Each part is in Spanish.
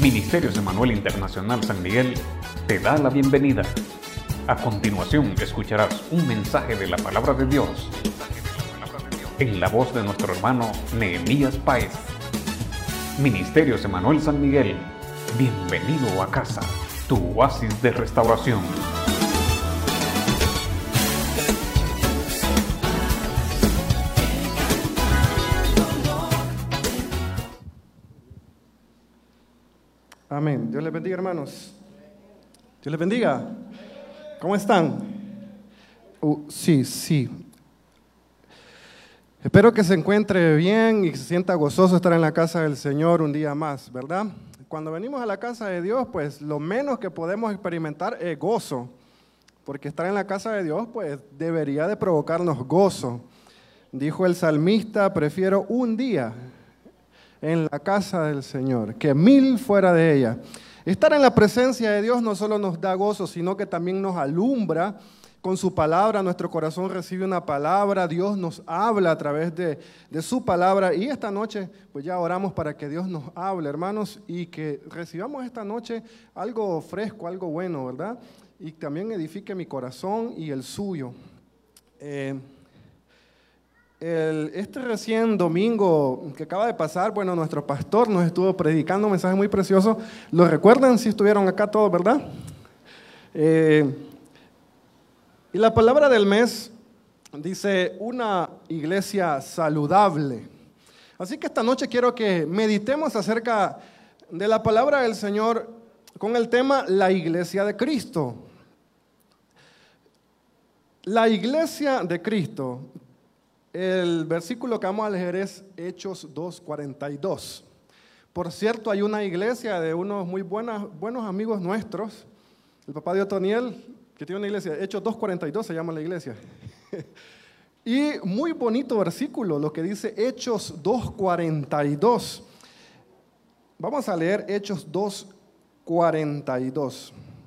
Ministerios Emanuel Internacional San Miguel te da la bienvenida. A continuación escucharás un mensaje de la Palabra de Dios en la voz de nuestro hermano Nehemías Páez. Ministerios Emanuel San Miguel, bienvenido a casa, tu oasis de restauración. Amén. Dios les bendiga, hermanos. Dios les bendiga. ¿Cómo están? Sí. Espero que se encuentre bien y que se sienta gozoso estar en la casa del Señor un día más, ¿verdad? Cuando venimos a la casa de Dios, pues lo menos que podemos experimentar es gozo, porque estar en la casa de Dios, pues debería de provocarnos gozo. Dijo el salmista, prefiero un día en la casa del Señor que 1000 fuera de ella. Estar en la presencia de Dios no solo nos da gozo, sino que también nos alumbra con su palabra. Nuestro corazón recibe una palabra, Dios nos habla a través de su palabra, y esta noche pues ya oramos para que Dios nos hable, hermanos, y que recibamos esta noche algo fresco, algo bueno, ¿verdad? Y también edifique mi corazón y el suyo. Este recién domingo que acaba de pasar, bueno, nuestro pastor nos estuvo predicando un mensaje muy precioso. ¿Lo recuerdan? Si estuvieron acá todos, ¿verdad? Y la palabra del mes dice una iglesia saludable. Así que esta noche quiero que meditemos acerca de la palabra del Señor con el tema la iglesia de Cristo. La iglesia de Cristo. El versículo que vamos a leer es Hechos 2:42. Por cierto, hay una iglesia de unos muy buenos amigos nuestros, el papá de Otoniel, que tiene una iglesia, Hechos 2:42 se llama la iglesia. Y muy bonito versículo, lo que dice Hechos 2:42. Vamos a leer Hechos 2:42.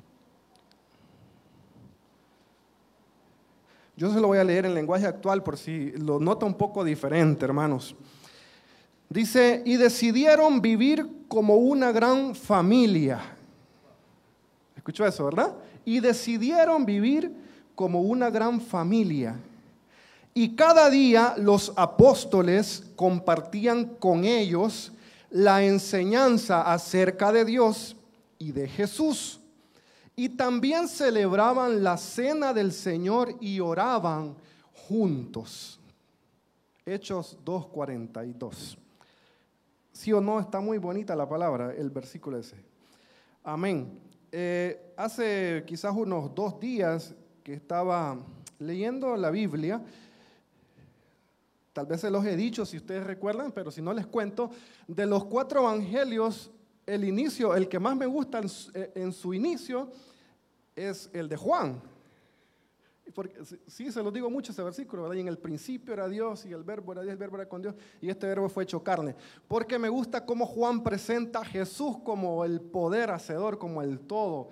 Yo se lo voy a leer en lenguaje actual por si lo nota un poco diferente, hermanos. Dice, y decidieron vivir como una gran familia. ¿Escuchó eso, verdad? Y decidieron vivir como una gran familia. Y cada día los apóstoles compartían con ellos la enseñanza acerca de Dios y de Jesús. Y también celebraban la cena del Señor y oraban juntos. Hechos 2:42. ¿Sí o no? Está muy bonita la palabra, el versículo ese. Amén. Hace quizás unos 2 días que estaba leyendo la Biblia. Tal vez se los he dicho si ustedes recuerdan, pero si no les cuento. De los 4 evangelios, el inicio, el que más me gusta en su inicio es el de Juan. Porque, sí, se los digo mucho ese versículo, ¿verdad? Y en el principio era Dios, y el verbo era Dios, el verbo era con Dios, y este verbo fue hecho carne. Porque me gusta cómo Juan presenta a Jesús como el poder hacedor, como el todo.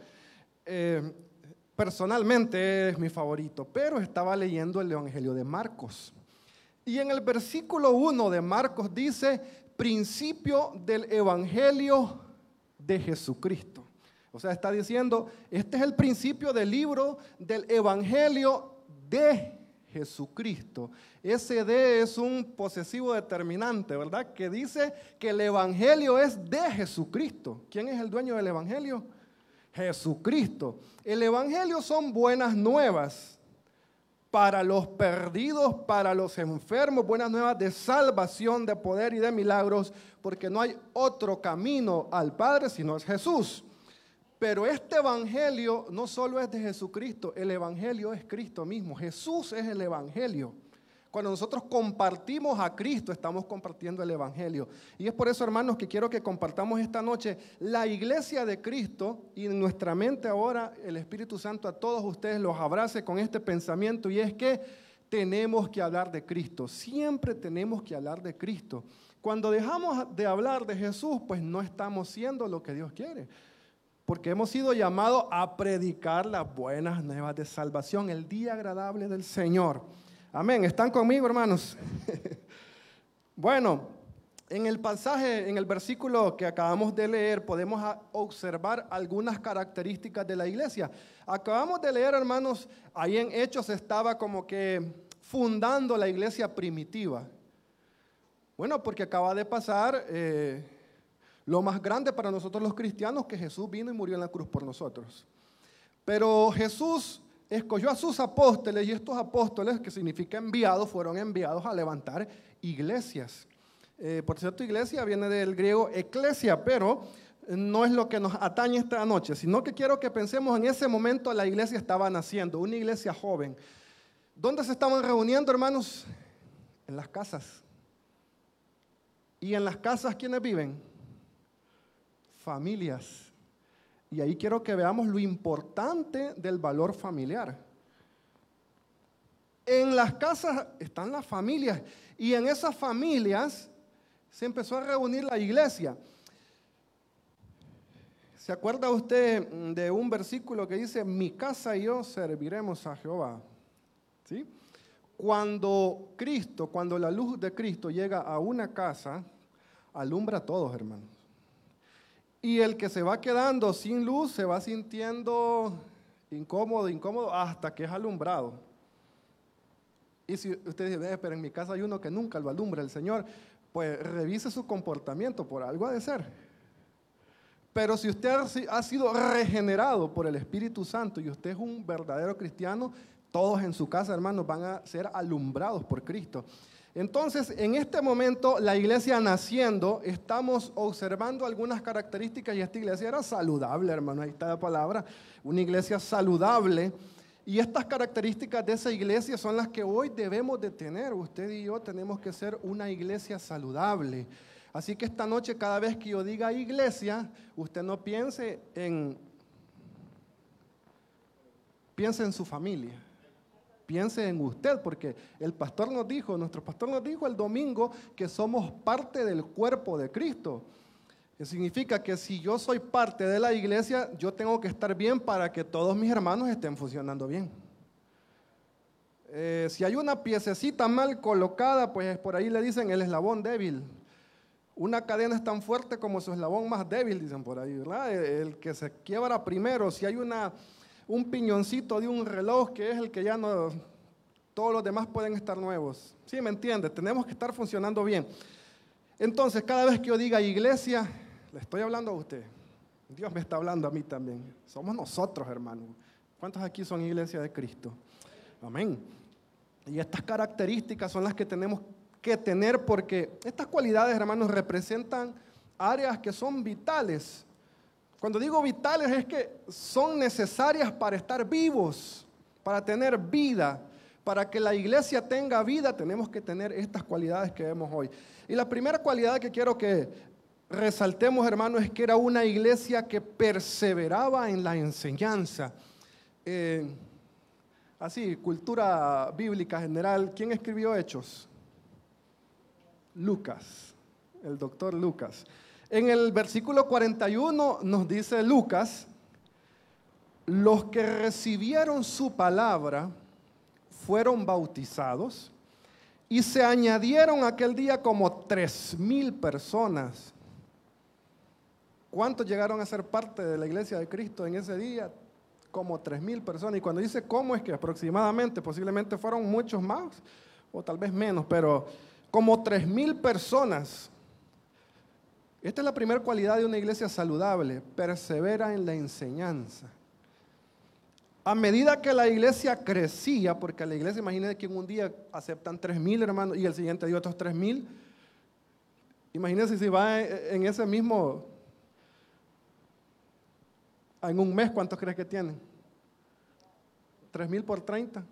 Personalmente es mi favorito, pero estaba leyendo el Evangelio de Marcos. Y en el versículo 1 de Marcos dice, principio del Evangelio de Jesucristo. O sea, está diciendo, este es el principio del libro del Evangelio de Jesucristo. Ese de es un posesivo determinante, ¿verdad? Que dice que el Evangelio es de Jesucristo. ¿Quién es el dueño del Evangelio? Jesucristo. El Evangelio son buenas nuevas para los perdidos, para los enfermos, buenas nuevas de salvación, de poder y de milagros, porque no hay otro camino al Padre sino es Jesús. Pero este evangelio no solo es de Jesucristo, el evangelio es Cristo mismo. Jesús es el evangelio. Cuando nosotros compartimos a Cristo, estamos compartiendo el evangelio. Y es por eso, hermanos, que quiero que compartamos esta noche la iglesia de Cristo, y en nuestra mente ahora el Espíritu Santo a todos ustedes los abrace con este pensamiento, y es que tenemos que hablar de Cristo. Siempre tenemos que hablar de Cristo. Cuando dejamos de hablar de Jesús, pues no estamos siendo lo que Dios quiere. Porque hemos sido llamados a predicar las buenas nuevas de salvación, el día agradable del Señor. Amén. ¿Están conmigo, hermanos? Bueno, En el pasaje, en el versículo que acabamos de leer, podemos observar algunas características de la iglesia. Acabamos de leer, hermanos, ahí en Hechos estaba como que fundando la iglesia primitiva. Bueno, porque acaba de pasar lo más grande para nosotros los cristianos, que Jesús vino y murió en la cruz por nosotros. Pero Jesús escogió a sus apóstoles, y estos apóstoles, que significa enviados, fueron enviados a levantar iglesias. Por cierto, iglesia viene del griego eclesia, pero no es lo que nos atañe esta noche, sino que quiero que pensemos en ese momento la iglesia estaba naciendo, una iglesia joven. ¿Dónde se estaban reuniendo, hermanos? En las casas. ¿Y en las casas quiénes viven? Familias. Y ahí quiero que veamos lo importante del valor familiar. En las casas están las familias, y en esas familias se empezó a reunir la iglesia. ¿Se acuerda usted de un versículo que dice, mi casa y yo serviremos a Jehová? ¿Sí? Cuando la luz de Cristo llega a una casa, alumbra a todos, hermanos. Y el que se va quedando sin luz se va sintiendo incómodo, hasta que es alumbrado. Y si usted dice, pero en mi casa hay uno que nunca lo alumbra el Señor, pues revise su comportamiento, por algo ha de ser. Pero si usted ha sido regenerado por el Espíritu Santo y usted es un verdadero cristiano, todos en su casa, hermanos, van a ser alumbrados por Cristo. Entonces, en este momento, la iglesia naciendo, estamos observando algunas características, y esta iglesia era saludable, hermano, ahí está la palabra, una iglesia saludable. Y estas características de esa iglesia son las que hoy debemos de tener. Usted y yo tenemos que ser una iglesia saludable. Así que esta noche, cada vez que yo diga iglesia, usted no piense en su familia. Piense en usted, porque nuestro pastor nos dijo el domingo que somos parte del cuerpo de Cristo. Que significa que si yo soy parte de la iglesia, yo tengo que estar bien para que todos mis hermanos estén funcionando bien. Si hay una piececita mal colocada, pues por ahí le dicen el eslabón débil. Una cadena es tan fuerte como su eslabón más débil, dicen por ahí, ¿verdad? El que se quiebra primero. Si hay un piñoncito de un reloj, que es el que ya no, todos los demás pueden estar nuevos. ¿Sí me entiende? Tenemos que estar funcionando bien. Entonces, cada vez que yo diga iglesia, le estoy hablando a usted. Dios me está hablando a mí también. Somos nosotros, hermanos. ¿Cuántos aquí son iglesia de Cristo? Amén. Y estas características son las que tenemos que tener, porque estas cualidades, hermanos, representan áreas que son vitales. Cuando digo vitales es que son necesarias para estar vivos, para tener vida. Para que la iglesia tenga vida, tenemos que tener estas cualidades que vemos hoy. Y la primera cualidad que quiero que resaltemos, hermanos, es que era una iglesia que perseveraba en la enseñanza. Así, cultura bíblica general. ¿Quién escribió Hechos? Lucas, el doctor Lucas. En el versículo 41 nos dice Lucas, los que recibieron su palabra fueron bautizados, y se añadieron aquel día como 3,000 personas. ¿Cuántos llegaron a ser parte de la iglesia de Cristo en ese día? Como 3,000 personas. Y cuando dice cómo, es que aproximadamente, posiblemente fueron muchos más, o tal vez menos, pero como 3,000 personas. Esta es la primera cualidad de una iglesia saludable: persevera en la enseñanza. A medida que la iglesia crecía, porque la iglesia, imagínense que en un día aceptan 3,000 hermanos y el siguiente día otros 3,000. Imagínense si va en ese mismo, en un mes, ¿cuántos crees que tienen? 3,000 por 30.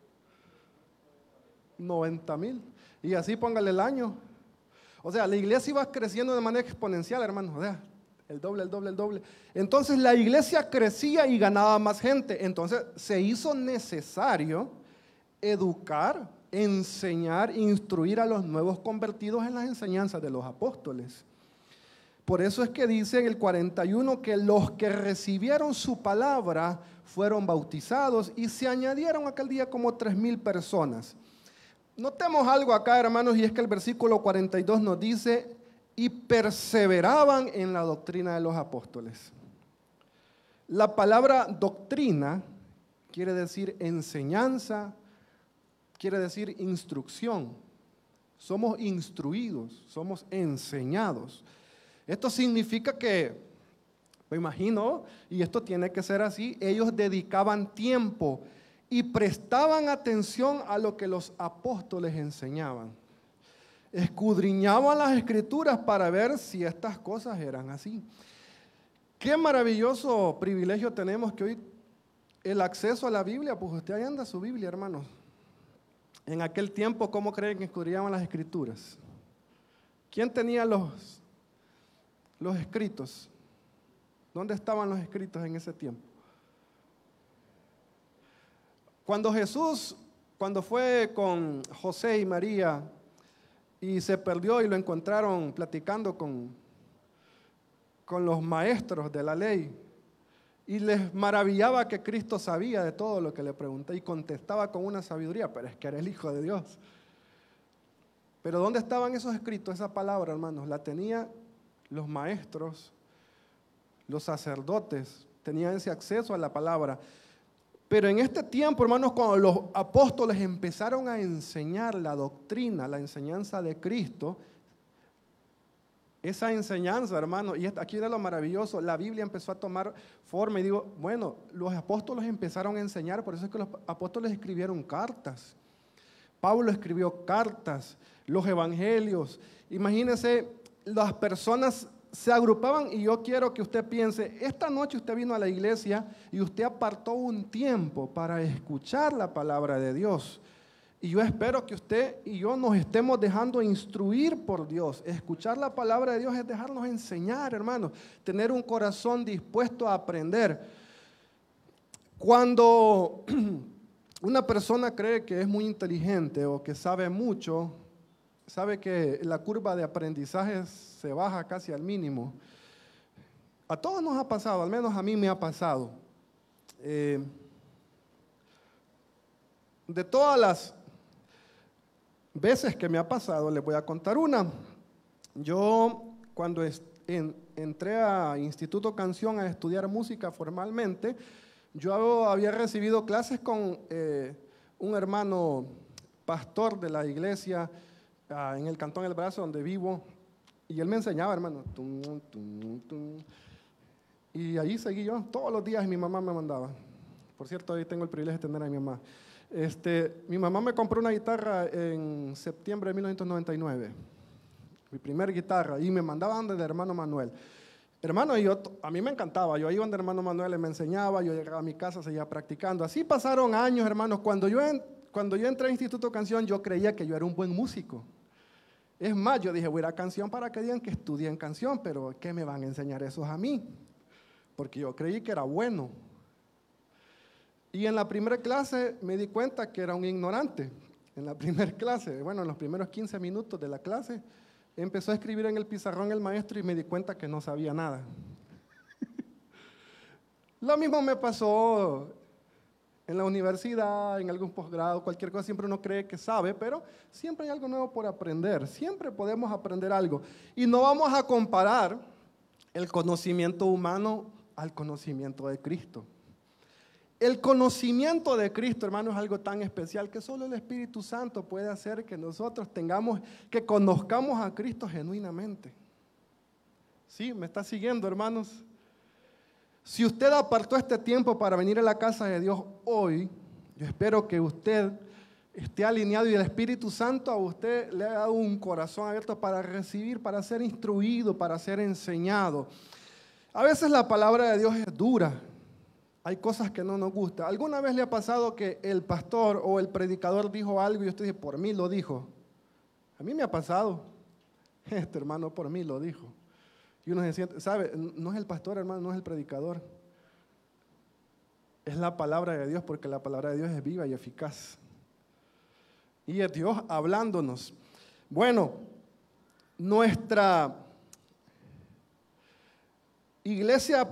90,000. Y así póngale el año. O sea, la iglesia iba creciendo de manera exponencial, hermanos. O sea, el doble. Entonces la iglesia crecía y ganaba más gente. Entonces se hizo necesario educar, enseñar, instruir a los nuevos convertidos en las enseñanzas de los apóstoles. Por eso es que dice en el 41 que los que recibieron su palabra fueron bautizados, y se añadieron aquel día como 3,000 personas. Notemos algo acá, hermanos, y es que el versículo 42 nos dice: y perseveraban en la doctrina de los apóstoles. La palabra doctrina quiere decir enseñanza, quiere decir instrucción. Somos instruidos, somos enseñados. Esto significa que, me imagino, y esto tiene que ser así, ellos dedicaban tiempo y prestaban atención a lo que los apóstoles enseñaban. Escudriñaban las escrituras para ver si estas cosas eran así. Qué maravilloso privilegio tenemos que hoy el acceso a la Biblia, pues usted ahí anda su Biblia, hermanos. En aquel tiempo, ¿cómo creen que escudriñaban las escrituras? ¿Quién tenía los escritos? ¿Dónde estaban los escritos en ese tiempo? Cuando Jesús, cuando fue con José y María y se perdió y lo encontraron platicando con los maestros de la ley, y les maravillaba que Cristo sabía de todo lo que le pregunté y contestaba con una sabiduría, pero es que era el Hijo de Dios. Pero ¿dónde estaban esos escritos, esa palabra, hermanos? La tenían los maestros, los sacerdotes, tenían ese acceso a la palabra. Pero en este tiempo, hermanos, cuando los apóstoles empezaron a enseñar la doctrina, la enseñanza de Cristo, esa enseñanza, hermano, y aquí era lo maravilloso, la Biblia empezó a tomar forma y digo, bueno, los apóstoles empezaron a enseñar, por eso es que los apóstoles escribieron cartas. Pablo escribió cartas, los evangelios. Imagínense, las personas se agrupaban y yo quiero que usted piense, esta noche usted vino a la iglesia y usted apartó un tiempo para escuchar la palabra de Dios. Y yo espero que usted y yo nos estemos dejando instruir por Dios. Escuchar la palabra de Dios es dejarnos enseñar, hermanos. Tener un corazón dispuesto a aprender. Cuando una persona cree que es muy inteligente o que sabe mucho, sabe que la curva de aprendizaje se baja casi al mínimo. A todos nos ha pasado, al menos a mí me ha pasado. De todas las veces que me ha pasado, les voy a contar una. Yo cuando entré a Instituto Canción a estudiar música formalmente, yo había recibido clases con un hermano pastor de la iglesia en el Cantón El Brazo, donde vivo, y él me enseñaba, hermano, y ahí seguí yo, todos los días mi mamá me mandaba. Por cierto, hoy tengo el privilegio de tener a mi mamá. Mi mamá me compró una guitarra en septiembre de 1999, mi primer guitarra, y me mandaba donde el hermano Manuel. Hermano, a mí me encantaba, yo iba donde el hermano Manuel, él me enseñaba, yo llegaba a mi casa, seguía practicando. Así pasaron años, hermanos. Cuando yo entré a Instituto Canción, yo creía que yo era un buen músico. Es más, yo dije, voy a ir a Canción para que digan que estudié en Canción, pero ¿qué me van a enseñar esos a mí? Porque yo creí que era bueno. Y en la primera clase me di cuenta que era un ignorante. En la primera clase, bueno, en los primeros 15 minutos de la clase, empezó a escribir en el pizarrón el maestro y me di cuenta que no sabía nada. Lo mismo me pasó en la universidad, en algún posgrado, cualquier cosa, siempre uno cree que sabe, pero siempre hay algo nuevo por aprender, siempre podemos aprender algo. Y no vamos a comparar el conocimiento humano al conocimiento de Cristo. El conocimiento de Cristo, hermano, es algo tan especial que solo el Espíritu Santo puede hacer que nosotros que conozcamos a Cristo genuinamente. ¿Sí? ¿Me está siguiendo, hermanos? Si usted apartó este tiempo para venir a la casa de Dios hoy, yo espero que usted esté alineado y el Espíritu Santo a usted le ha dado un corazón abierto para recibir, para ser instruido, para ser enseñado. A veces la palabra de Dios es dura. Hay cosas que no nos gustan. ¿Alguna vez le ha pasado que el pastor o el predicador dijo algo y usted dice, por mí lo dijo? A mí me ha pasado. Este hermano por mí lo dijo. Y uno se siente, ¿sabe? No es el pastor, hermano, no es el predicador. Es la palabra de Dios, porque la palabra de Dios es viva y eficaz. Y es Dios hablándonos. Bueno, nuestra iglesia,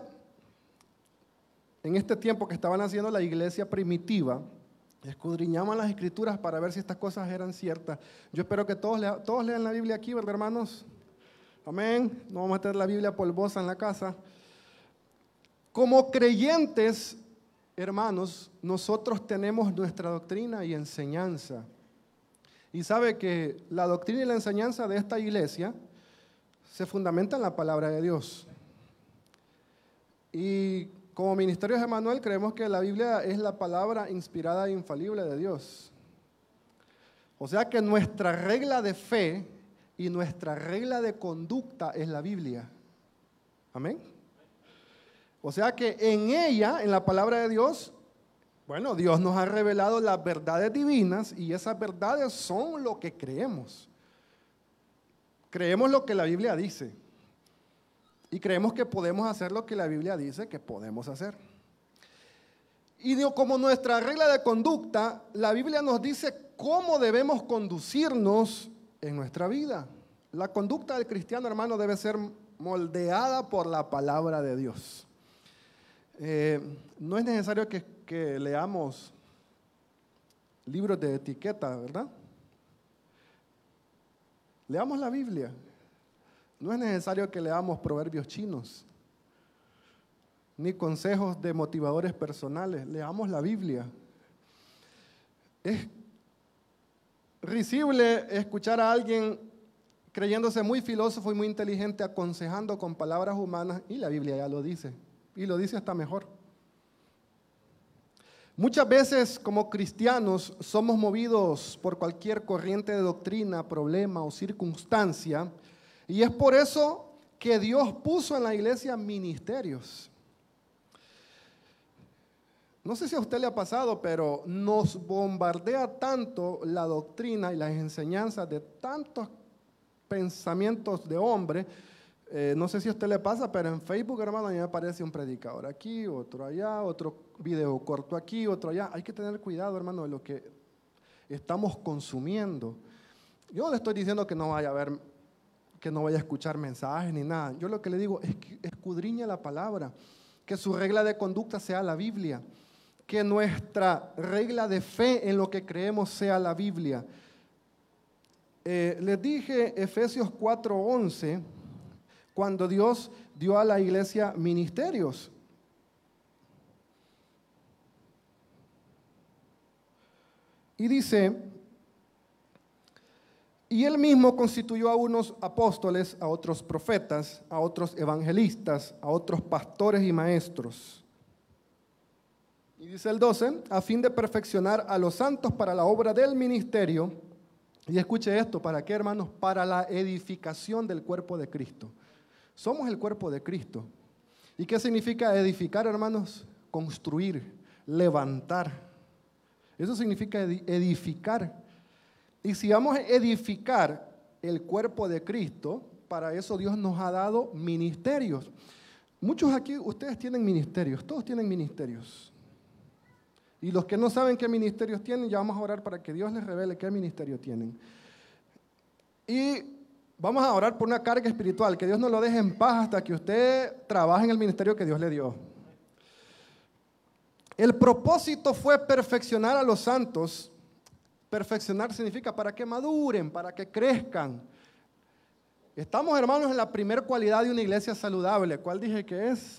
en este tiempo que estaban haciendo la iglesia primitiva, escudriñaban las escrituras para ver si estas cosas eran ciertas. Yo espero que todos lean la Biblia aquí, ¿verdad, hermanos? Amén. No vamos a tener la Biblia polvosa en la casa. Como creyentes, hermanos, nosotros tenemos nuestra doctrina y enseñanza. Y sabe que la doctrina y la enseñanza de esta iglesia se fundamenta en la palabra de Dios. Y como Ministerios de Emanuel creemos que la Biblia es la palabra inspirada e infalible de Dios. O sea que nuestra regla de fe y nuestra regla de conducta es la Biblia. Amén. O sea que en ella, en la palabra de Dios, bueno, Dios nos ha revelado las verdades divinas y esas verdades son lo que creemos. Creemos lo que la Biblia dice y creemos que podemos hacer lo que la Biblia dice que podemos hacer. Y como nuestra regla de conducta, la Biblia nos dice cómo debemos conducirnos en nuestra vida. La conducta del cristiano, hermano, debe ser moldeada por la palabra de Dios. No es necesario que leamos libros de etiqueta, ¿verdad? Leamos la Biblia. No es necesario que leamos proverbios chinos, ni consejos de motivadores personales. Leamos la Biblia. Es risible escuchar a alguien creyéndose muy filósofo y muy inteligente aconsejando con palabras humanas, y la Biblia ya lo dice, y lo dice hasta mejor. Muchas veces como cristianos somos movidos por cualquier corriente de doctrina, problema o circunstancia, y es por eso que Dios puso en la iglesia ministerios. No sé si a usted le ha pasado, pero nos bombardea tanto la doctrina y las enseñanzas de tantos pensamientos de hombre. No sé si a usted le pasa, pero en Facebook, hermano, a mí me aparece un predicador aquí, otro allá, otro video corto aquí, otro allá. Hay que tener cuidado, hermano, de lo que estamos consumiendo. Yo no le estoy diciendo que no vaya a ver, que no vaya a escuchar mensajes ni nada. Yo lo que le digo es que escudriñe la palabra, que su regla de conducta sea la Biblia, que nuestra regla de fe en lo que creemos sea la Biblia. Les dije Efesios 4:11, cuando Dios dio a la iglesia ministerios. Y dice, y Él mismo constituyó a unos apóstoles, a otros profetas, a otros evangelistas, a otros pastores y maestros. Y dice el 12, a fin de perfeccionar a los santos para la obra del ministerio. Y escuche esto, ¿para qué, hermanos? Para la edificación del cuerpo de Cristo. Somos el cuerpo de Cristo. ¿Y qué significa edificar, hermanos? Construir, levantar. Eso significa edificar. Y si vamos a edificar el cuerpo de Cristo, para eso Dios nos ha dado ministerios. Muchos aquí, ustedes tienen ministerios, todos tienen ministerios. Y los que no saben qué ministerios tienen, ya vamos a orar para que Dios les revele qué ministerio tienen. Y vamos a orar por una carga espiritual, que Dios nos lo deje en paz hasta que usted trabaje en el ministerio que Dios le dio. El propósito fue perfeccionar a los santos. Perfeccionar significa para que maduren, para que crezcan. Estamos, hermanos, en la primera cualidad de una iglesia saludable. ¿Cuál dije que es?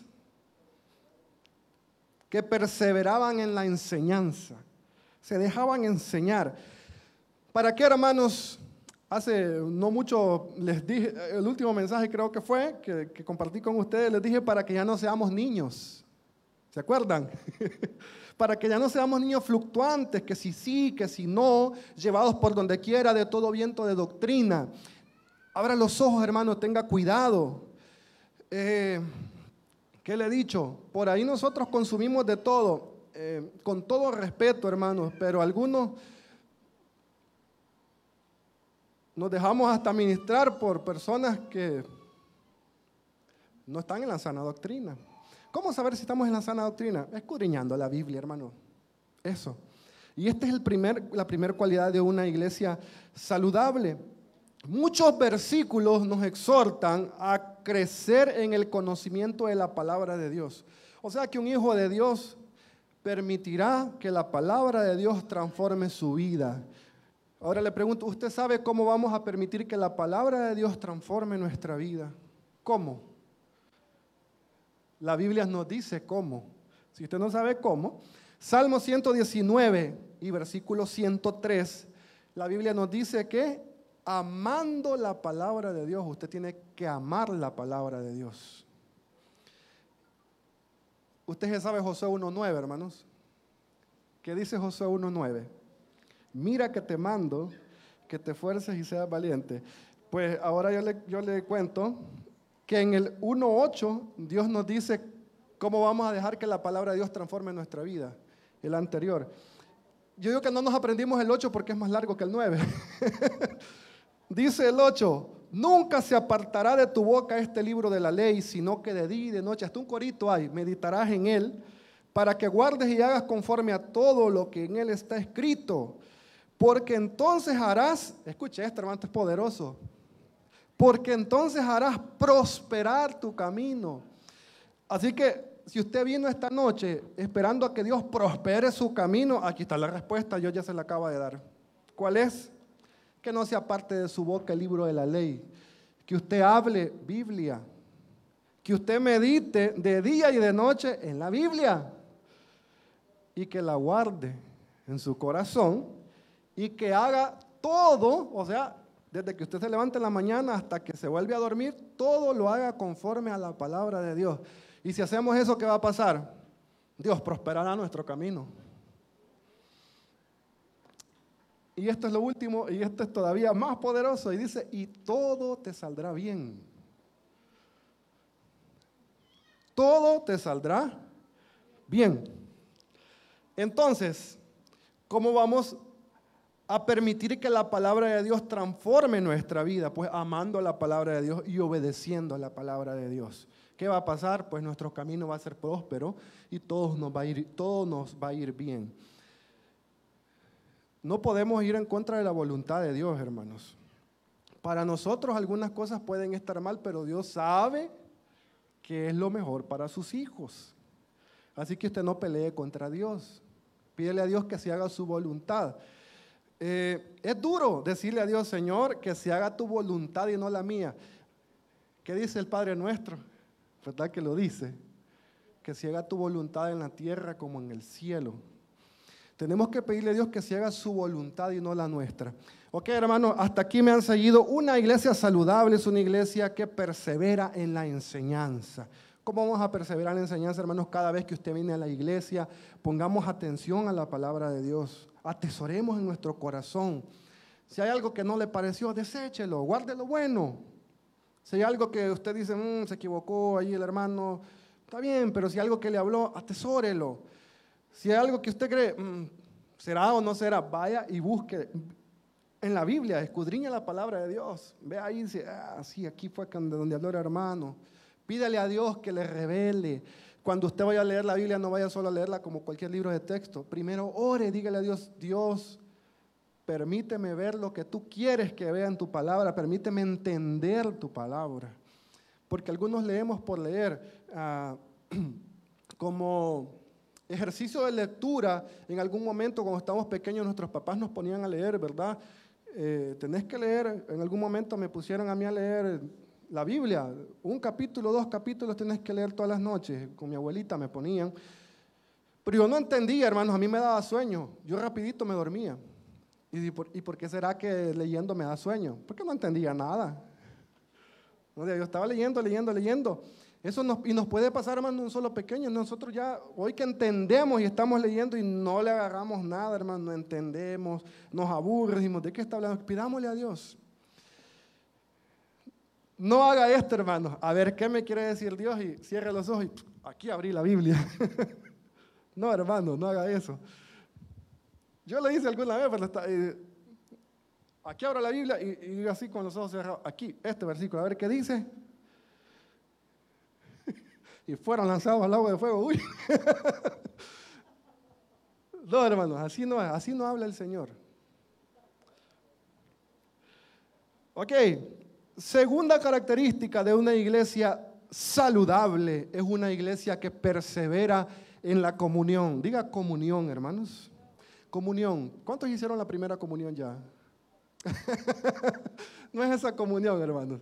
Que perseveraban en la enseñanza, se dejaban enseñar. ¿Para qué, hermanos? Hace no mucho les dije, el último mensaje creo que fue, que compartí con ustedes, les dije para que ya no seamos niños. ¿Se acuerdan? Para que ya no seamos niños fluctuantes, que si sí, que si no, llevados por donde quiera de todo viento de doctrina. Abra los ojos, hermanos, tenga cuidado. ¿Qué le he dicho? Por ahí nosotros consumimos de todo, con todo respeto, hermanos, pero algunos nos dejamos hasta ministrar por personas que no están en la sana doctrina. ¿Cómo saber si estamos en la sana doctrina? Escudriñando la Biblia, hermano. Eso. Y esta es la primera cualidad de una iglesia saludable. Muchos versículos nos exhortan a crecer en el conocimiento de la palabra de Dios. O sea que un hijo de Dios permitirá que la palabra de Dios transforme su vida. Ahora le pregunto, ¿usted sabe cómo vamos a permitir que la palabra de Dios transforme nuestra vida? ¿Cómo? La Biblia nos dice cómo. Si usted no sabe cómo, Salmo 119 y versículo 103, la Biblia nos dice que amando la palabra de Dios, usted tiene que amar la palabra de Dios. Usted ya sabe Josué 1:9, hermanos. ¿Qué dice Josué 1:9? Mira que te mando, que te esfuerces y seas valiente. Pues ahora yo le cuento que en el 1:8 Dios nos dice cómo vamos a dejar que la palabra de Dios transforme nuestra vida. El anterior. Yo digo que no nos aprendimos el 8 porque es más largo que el 9. Dice el 8, nunca se apartará de tu boca este libro de la ley, sino que de día y de noche, hasta un corito hay, meditarás en él, para que guardes y hagas conforme a todo lo que en él está escrito. Porque entonces harás, escuche esto hermano, esto es poderoso, porque entonces harás prosperar tu camino. Así que si usted vino esta noche esperando a que Dios prospere su camino, aquí está la respuesta, Dios ya se la acaba de dar. ¿Cuál es? Que no se aparte de su boca el libro de la ley, que usted hable Biblia, que usted medite de día y de noche en la Biblia y que la guarde en su corazón y que haga todo, o sea, desde que usted se levante en la mañana hasta que se vuelve a dormir, todo lo haga conforme a la palabra de Dios. Y si hacemos eso, ¿qué va a pasar? Dios prosperará nuestro camino. Y esto es lo último, y esto es todavía más poderoso, y dice, y todo te saldrá bien. Todo te saldrá bien. Entonces, ¿cómo vamos a permitir que la palabra de Dios transforme nuestra vida? Pues amando la palabra de Dios y obedeciendo a la palabra de Dios. ¿Qué va a pasar? Pues nuestro camino va a ser próspero y todo nos va a ir bien. No podemos ir en contra de la voluntad de Dios, hermanos. Para nosotros algunas cosas pueden estar mal, pero Dios sabe que es lo mejor para sus hijos. Así que usted no pelee contra Dios. Pídele a Dios que se haga su voluntad. Es duro decirle a Dios, Señor, que se haga tu voluntad y no la mía. ¿Qué dice el Padre nuestro? ¿Verdad que lo dice? Que se haga tu voluntad en la tierra como en el cielo. Tenemos que pedirle a Dios que se haga su voluntad y no la nuestra. Ok, hermanos, hasta aquí me han seguido. Una iglesia saludable es una iglesia que persevera en la enseñanza. ¿Cómo vamos a perseverar en la enseñanza, hermanos? Cada vez que usted viene a la iglesia, pongamos atención a la palabra de Dios. Atesoremos en nuestro corazón. Si hay algo que no le pareció, deséchelo, guarde lo bueno. Si hay algo que usted dice, se equivocó ahí el hermano, está bien, pero si hay algo que le habló, atesórelo. Si hay algo que usted cree, será o no será, vaya y busque en la Biblia, escudriña la palabra de Dios. Ve ahí y dice, sí, aquí fue donde habló el hermano. Pídale a Dios que le revele. Cuando usted vaya a leer la Biblia, no vaya solo a leerla como cualquier libro de texto. Primero ore, dígale a Dios, Dios, permíteme ver lo que tú quieres que vea en tu palabra, permíteme entender tu palabra. Porque algunos leemos por leer, como ejercicio de lectura. En algún momento cuando estábamos pequeños nuestros papás nos ponían a leer, ¿verdad? Tenés que leer, en algún momento me pusieron a mí a leer la Biblia, 1 capítulo, 2 capítulos tenés que leer todas las noches, con mi abuelita me ponían. Pero yo no entendía, hermanos, a mí me daba sueño, yo rapidito me dormía. ¿Y por qué será que leyendo me da sueño? Porque no entendía nada. Yo estaba leyendo. Eso nos puede pasar, hermano, un solo pequeño. Nosotros ya, hoy que entendemos y estamos leyendo y no le agarramos nada, hermano, no entendemos, nos aburrimos. ¿De qué está hablando? Pidámosle a Dios. No haga esto, hermano. A ver, ¿qué me quiere decir Dios? Y cierre los ojos y aquí abrí la Biblia. No, hermano, no haga eso. Yo lo hice alguna vez, pero aquí abro la Biblia y así con los ojos cerrados. Aquí, este versículo, a ver qué dice. Y fueron lanzados al agua de fuego. Uy. No, hermanos, así no habla el Señor. Ok, segunda característica de una iglesia saludable es una iglesia que persevera en la comunión. Diga comunión, hermanos. Comunión. ¿Cuántos hicieron la primera comunión ya? No es esa comunión, hermanos.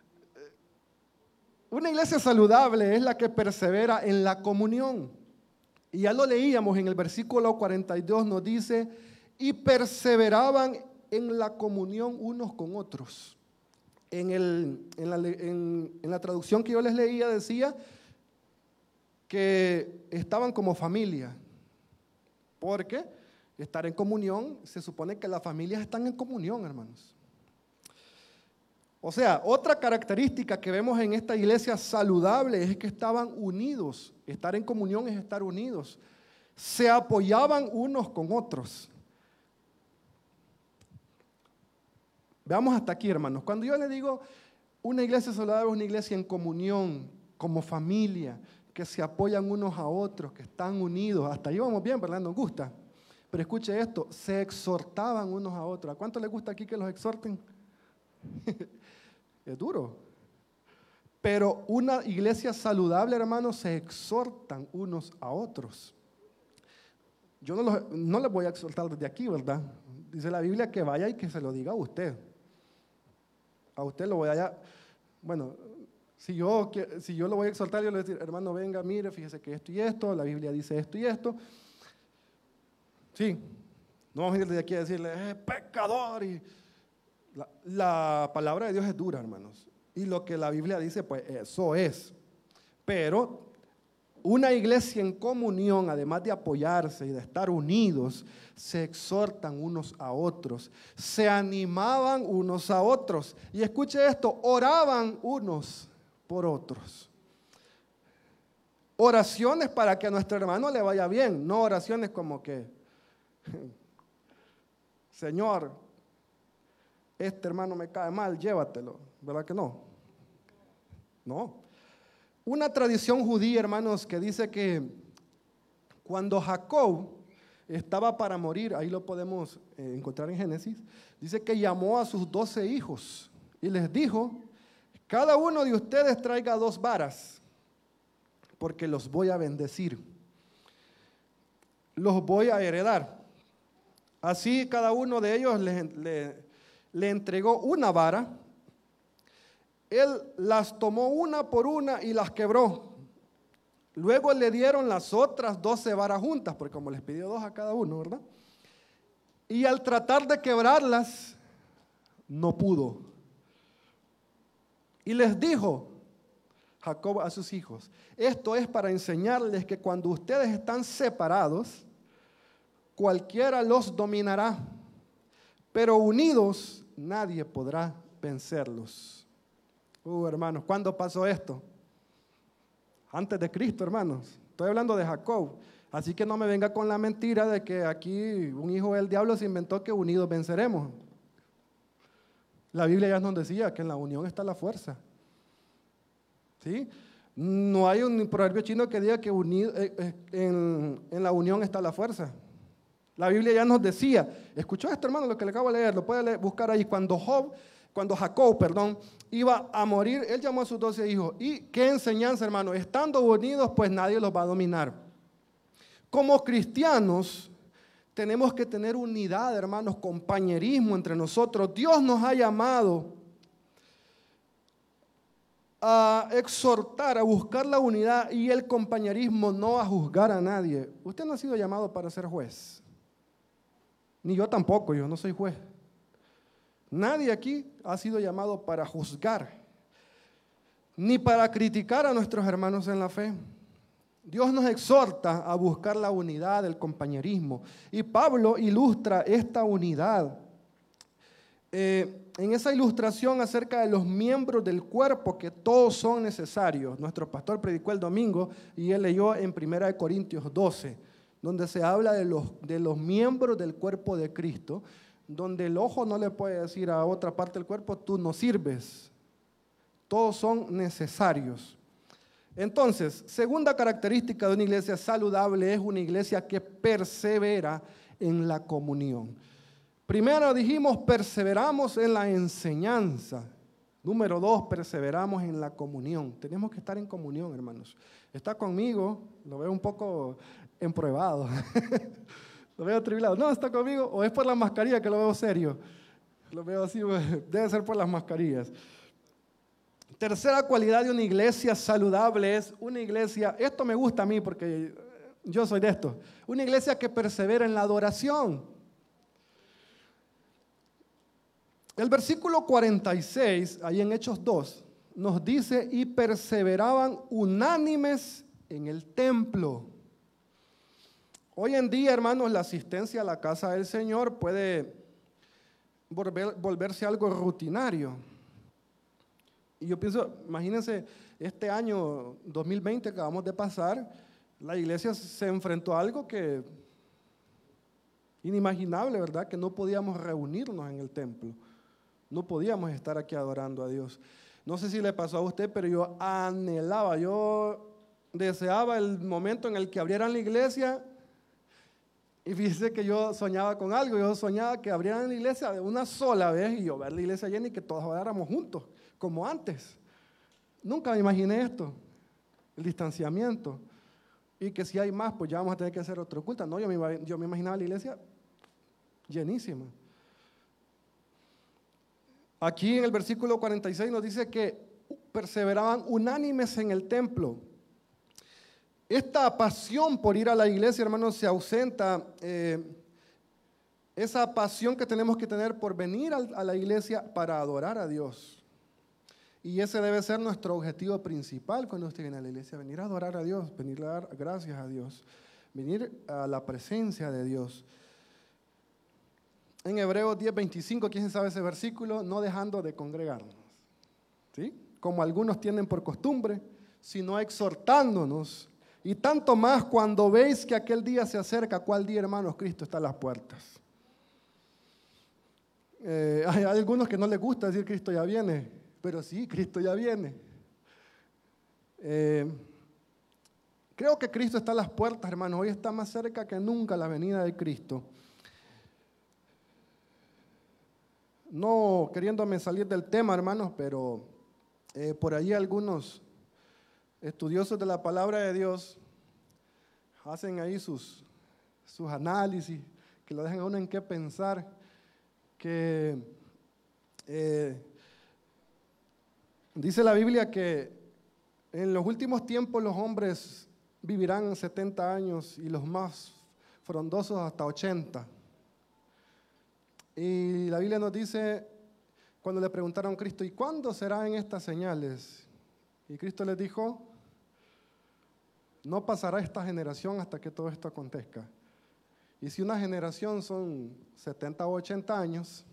Una iglesia saludable es la que persevera en la comunión. Y ya lo leíamos en el versículo 42, nos dice, y perseveraban en la comunión unos con otros. En la traducción que yo les leía decía que estaban como familia, porque estar en comunión, se supone que las familias están en comunión, hermanos. O sea, otra característica que vemos en esta iglesia saludable es que estaban unidos. Estar en comunión es estar unidos. Se apoyaban unos con otros. Veamos hasta aquí, hermanos. Cuando yo le digo una iglesia saludable es una iglesia en comunión, como familia, que se apoyan unos a otros, que están unidos. Hasta ahí vamos bien, ¿verdad? Nos gusta. Pero escuche esto, se exhortaban unos a otros. ¿A cuánto les gusta aquí que los exhorten? Es duro. Pero una iglesia saludable, hermanos, se exhortan unos a otros. Yo no les voy a exhortar desde aquí, ¿verdad? Dice la Biblia que vaya y que se lo diga a usted. A usted lo voy a... Bueno, si yo lo voy a exhortar, yo le voy a decir, hermano, venga, mire, fíjese que esto y esto, la Biblia dice esto y esto. Sí, no vamos a ir desde aquí a decirle, es pecador. Y la palabra de Dios es dura, hermanos. Y lo que la Biblia dice, pues eso es. Pero una iglesia en comunión, además de apoyarse y de estar unidos, se exhortan unos a otros, se animaban unos a otros. Y escuche esto, oraban unos por otros. Oraciones para que a nuestro hermano le vaya bien, no oraciones como que, Señor, este hermano me cae mal, llévatelo. ¿Verdad que no? No. Una tradición judía, hermanos, que dice que cuando Jacob estaba para morir, ahí lo podemos encontrar en Génesis, dice que llamó a sus 12 hijos y les dijo, cada uno de ustedes traiga 2 varas, porque los voy a bendecir, los voy a heredar. Así cada uno de ellos le entregó una vara. Él las tomó una por una y las quebró. Luego le dieron las otras 12 varas juntas, porque como les pidió 2 a cada uno, ¿verdad? Y al tratar de quebrarlas, no pudo. Y les dijo Jacob a sus hijos, esto es para enseñarles que cuando ustedes están separados, cualquiera los dominará, pero unidos nadie podrá vencerlos. Hermanos, ¿cuándo pasó esto? Antes de Cristo, hermanos. Estoy hablando de Jacob. Así que no me venga con la mentira de que aquí un hijo del diablo se inventó que unidos venceremos. La Biblia ya nos decía que en la unión está la fuerza. ¿Sí? No hay un proverbio chino que diga que en la unión está la fuerza. La Biblia ya nos decía, escuchó esto, hermano, lo que le acabo de leer, lo puede buscar ahí, cuando Jacob, iba a morir, él llamó a sus 12 hijos. ¿Y qué enseñanza, hermano? Estando unidos, pues nadie los va a dominar. Como cristianos, tenemos que tener unidad, hermanos, compañerismo entre nosotros. Dios nos ha llamado a exhortar, a buscar la unidad y el compañerismo, no a juzgar a nadie. Usted no ha sido llamado para ser juez. Ni yo tampoco, yo no soy juez. Nadie aquí ha sido llamado para juzgar, ni para criticar a nuestros hermanos en la fe. Dios nos exhorta a buscar la unidad, el compañerismo. Y Pablo ilustra esta unidad en esa ilustración acerca de los miembros del cuerpo, que todos son necesarios. Nuestro pastor predicó el domingo y él leyó en 1 Corintios 12, donde se habla de los miembros del cuerpo de Cristo, donde el ojo no le puede decir a otra parte del cuerpo, tú no sirves. Todos son necesarios. Entonces, segunda característica de una iglesia saludable es una iglesia que persevera en la comunión. Primero dijimos, perseveramos en la enseñanza. Número 2, perseveramos en la comunión. Tenemos que estar en comunión, hermanos. Está conmigo, lo veo un poco empruebado. Lo veo atribulado. No, está conmigo, o es por la mascarilla que lo veo serio. Lo veo así, debe ser por las mascarillas. Tercera cualidad de una iglesia saludable es una iglesia, esto me gusta a mí porque yo soy de esto, una iglesia que persevera en la adoración. El versículo 46, ahí en Hechos 2, nos dice, y perseveraban unánimes en el templo. Hoy en día, hermanos, la asistencia a la casa del Señor puede volverse algo rutinario. Y yo pienso, imagínense, este año 2020 que acabamos de pasar, la iglesia se enfrentó a algo que inimaginable, ¿verdad? Que no podíamos reunirnos en el templo. No podíamos estar aquí adorando a Dios. No sé si le pasó a usted, pero yo anhelaba, yo deseaba el momento en el que abrieran la iglesia. Y fíjese que yo soñaba con algo, yo soñaba que abrieran la iglesia de una sola vez y yo ver la iglesia llena y que todos oráramos juntos, como antes. Nunca me imaginé esto, el distanciamiento. Y que si hay más, pues ya vamos a tener que hacer otro culto. No, yo me imaginaba la iglesia llenísima. Aquí en el versículo 46 nos dice que perseveraban unánimes en el templo. Esta pasión por ir a la iglesia, hermanos, se ausenta. Esa pasión que tenemos que tener por venir a la iglesia para adorar a Dios. Y ese debe ser nuestro objetivo principal cuando usted viene a la iglesia, venir a adorar a Dios, venir a dar gracias a Dios, venir a la presencia de Dios. En Hebreos 10:25, ¿quién sabe ese versículo? No dejando de congregarnos, ¿sí? Como algunos tienen por costumbre, sino exhortándonos. Y tanto más cuando veis que aquel día se acerca. ¿Cuál día, hermanos? Cristo está a las puertas. Hay algunos que no les gusta decir Cristo ya viene, pero sí, Cristo ya viene. Creo que Cristo está a las puertas, hermanos. Hoy está más cerca que nunca la venida de Cristo. No queriéndome salir del tema, hermanos, pero por ahí algunos estudiosos de la palabra de Dios hacen ahí sus análisis, que lo dejan a uno en qué pensar, que dice la Biblia que en los últimos tiempos los hombres vivirán 70 años y los más frondosos hasta 80. Y la Biblia nos dice, cuando le preguntaron a Cristo, ¿y cuándo serán estas señales? Y Cristo les dijo, no pasará esta generación hasta que todo esto acontezca. Y si una generación son 70 o 80 años,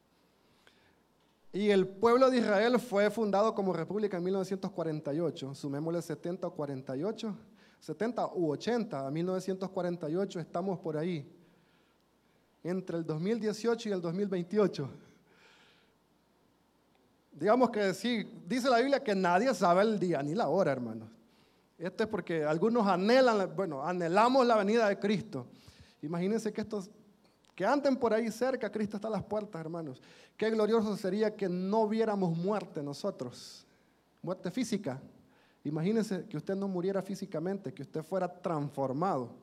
y el pueblo de Israel fue fundado como república en 1948, sumémosle 70 o 48, 70 u 80, a 1948 estamos por ahí, entre el 2018 y el 2028. Digamos que sí, dice la Biblia que nadie sabe el día ni la hora, hermanos. Esto es porque algunos anhelamos la venida de Cristo. Imagínense que anden por ahí cerca, Cristo está a las puertas, hermanos. Qué glorioso sería que no viéramos muerte nosotros, muerte física. Imagínense que usted no muriera físicamente, que usted fuera transformado.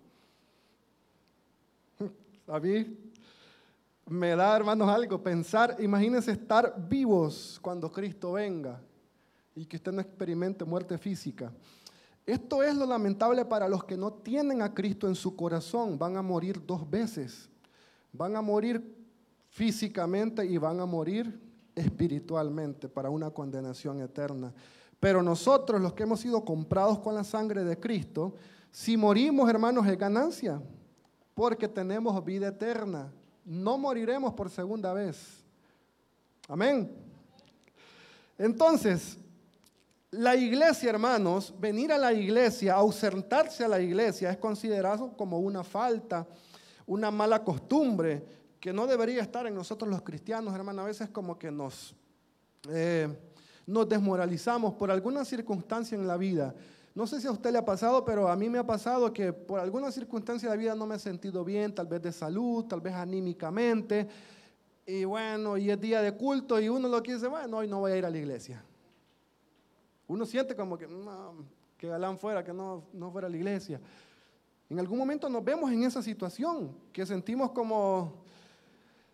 A mí me da, hermanos, algo pensar, imagínense estar vivos cuando Cristo venga y que usted no experimente muerte física. Esto es lo lamentable para los que no tienen a Cristo en su corazón. Van a morir 2 veces. Van a morir físicamente y van a morir espiritualmente para una condenación eterna. Pero nosotros, los que hemos sido comprados con la sangre de Cristo, si morimos, hermanos, es ganancia, porque tenemos vida eterna. No moriremos por segunda vez. Amén. Entonces, la iglesia, hermanos, venir a la iglesia, ausentarse a la iglesia, es considerado como una falta, una mala costumbre que no debería estar en nosotros los cristianos, hermanos. A veces como que nos desmoralizamos por alguna circunstancia en la vida. No sé si a usted le ha pasado, pero a mí me ha pasado que por alguna circunstancia de la vida no me he sentido bien, tal vez de salud, tal vez anímicamente, y bueno, y es día de culto y uno lo que dice, bueno, hoy no voy a ir a la iglesia. Uno siente como que, no, que galán fuera, que no fuera a la iglesia. En algún momento nos vemos en esa situación, que sentimos como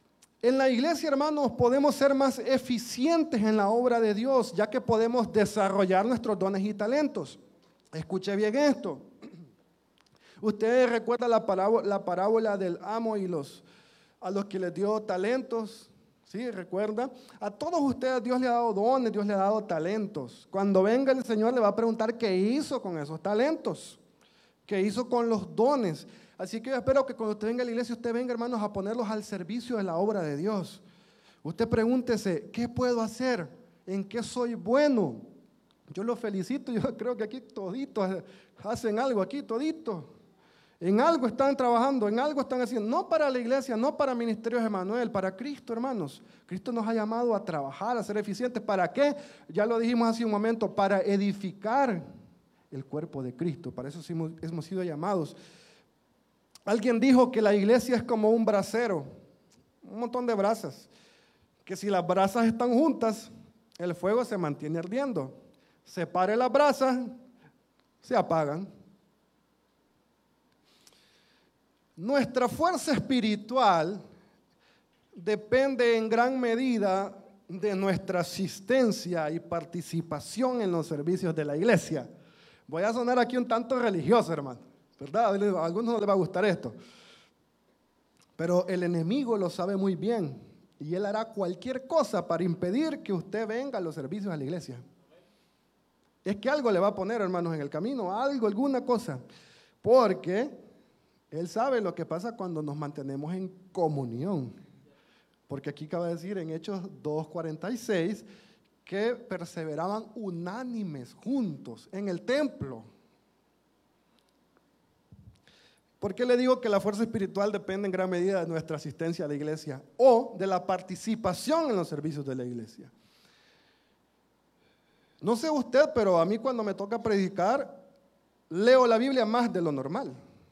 En la iglesia, hermanos, podemos ser más eficientes en la obra de Dios, ya que podemos desarrollar nuestros dones y talentos. Escuche bien esto. Ustedes recuerdan la parábola del amo y a los que les dio talentos. ¿Sí? ¿Recuerda? A todos ustedes Dios le ha dado dones, Dios le ha dado talentos. Cuando venga el Señor le va a preguntar qué hizo con esos talentos, qué hizo con los dones. Así que yo espero que cuando usted venga a la iglesia, usted venga, hermanos, a ponerlos al servicio de la obra de Dios. Usted pregúntese, ¿qué puedo hacer? ¿En qué soy bueno? Yo los felicito, yo creo que aquí toditos hacen algo, aquí toditos. En algo están trabajando, en algo están haciendo. No para la iglesia, no para Ministerios de Emanuel, para Cristo, hermanos. Cristo nos ha llamado a trabajar, a ser eficientes. ¿Para qué? Ya lo dijimos hace un momento, para edificar el cuerpo de Cristo. Para eso hemos sido llamados. Alguien dijo que la iglesia es como un brasero, un montón de brasas, que si las brasas están juntas, el fuego se mantiene ardiendo. Separe las brasas, se apagan. Nuestra fuerza espiritual depende en gran medida de nuestra asistencia y participación en los servicios de la iglesia. Voy a sonar aquí un tanto religioso, hermano, ¿verdad? A algunos no les va a gustar esto. Pero el enemigo lo sabe muy bien y él hará cualquier cosa para impedir que usted venga a los servicios de la iglesia. Es que algo le va a poner, hermanos, en el camino, algo, alguna cosa, porque él sabe lo que pasa cuando nos mantenemos en comunión. Porque aquí acaba de decir en Hechos 2:46 que perseveraban unánimes juntos en el templo. ¿Por qué le digo que la fuerza espiritual depende en gran medida de nuestra asistencia a la iglesia o de la participación en los servicios de la iglesia? No sé usted, pero a mí cuando me toca predicar, leo la Biblia más de lo normal.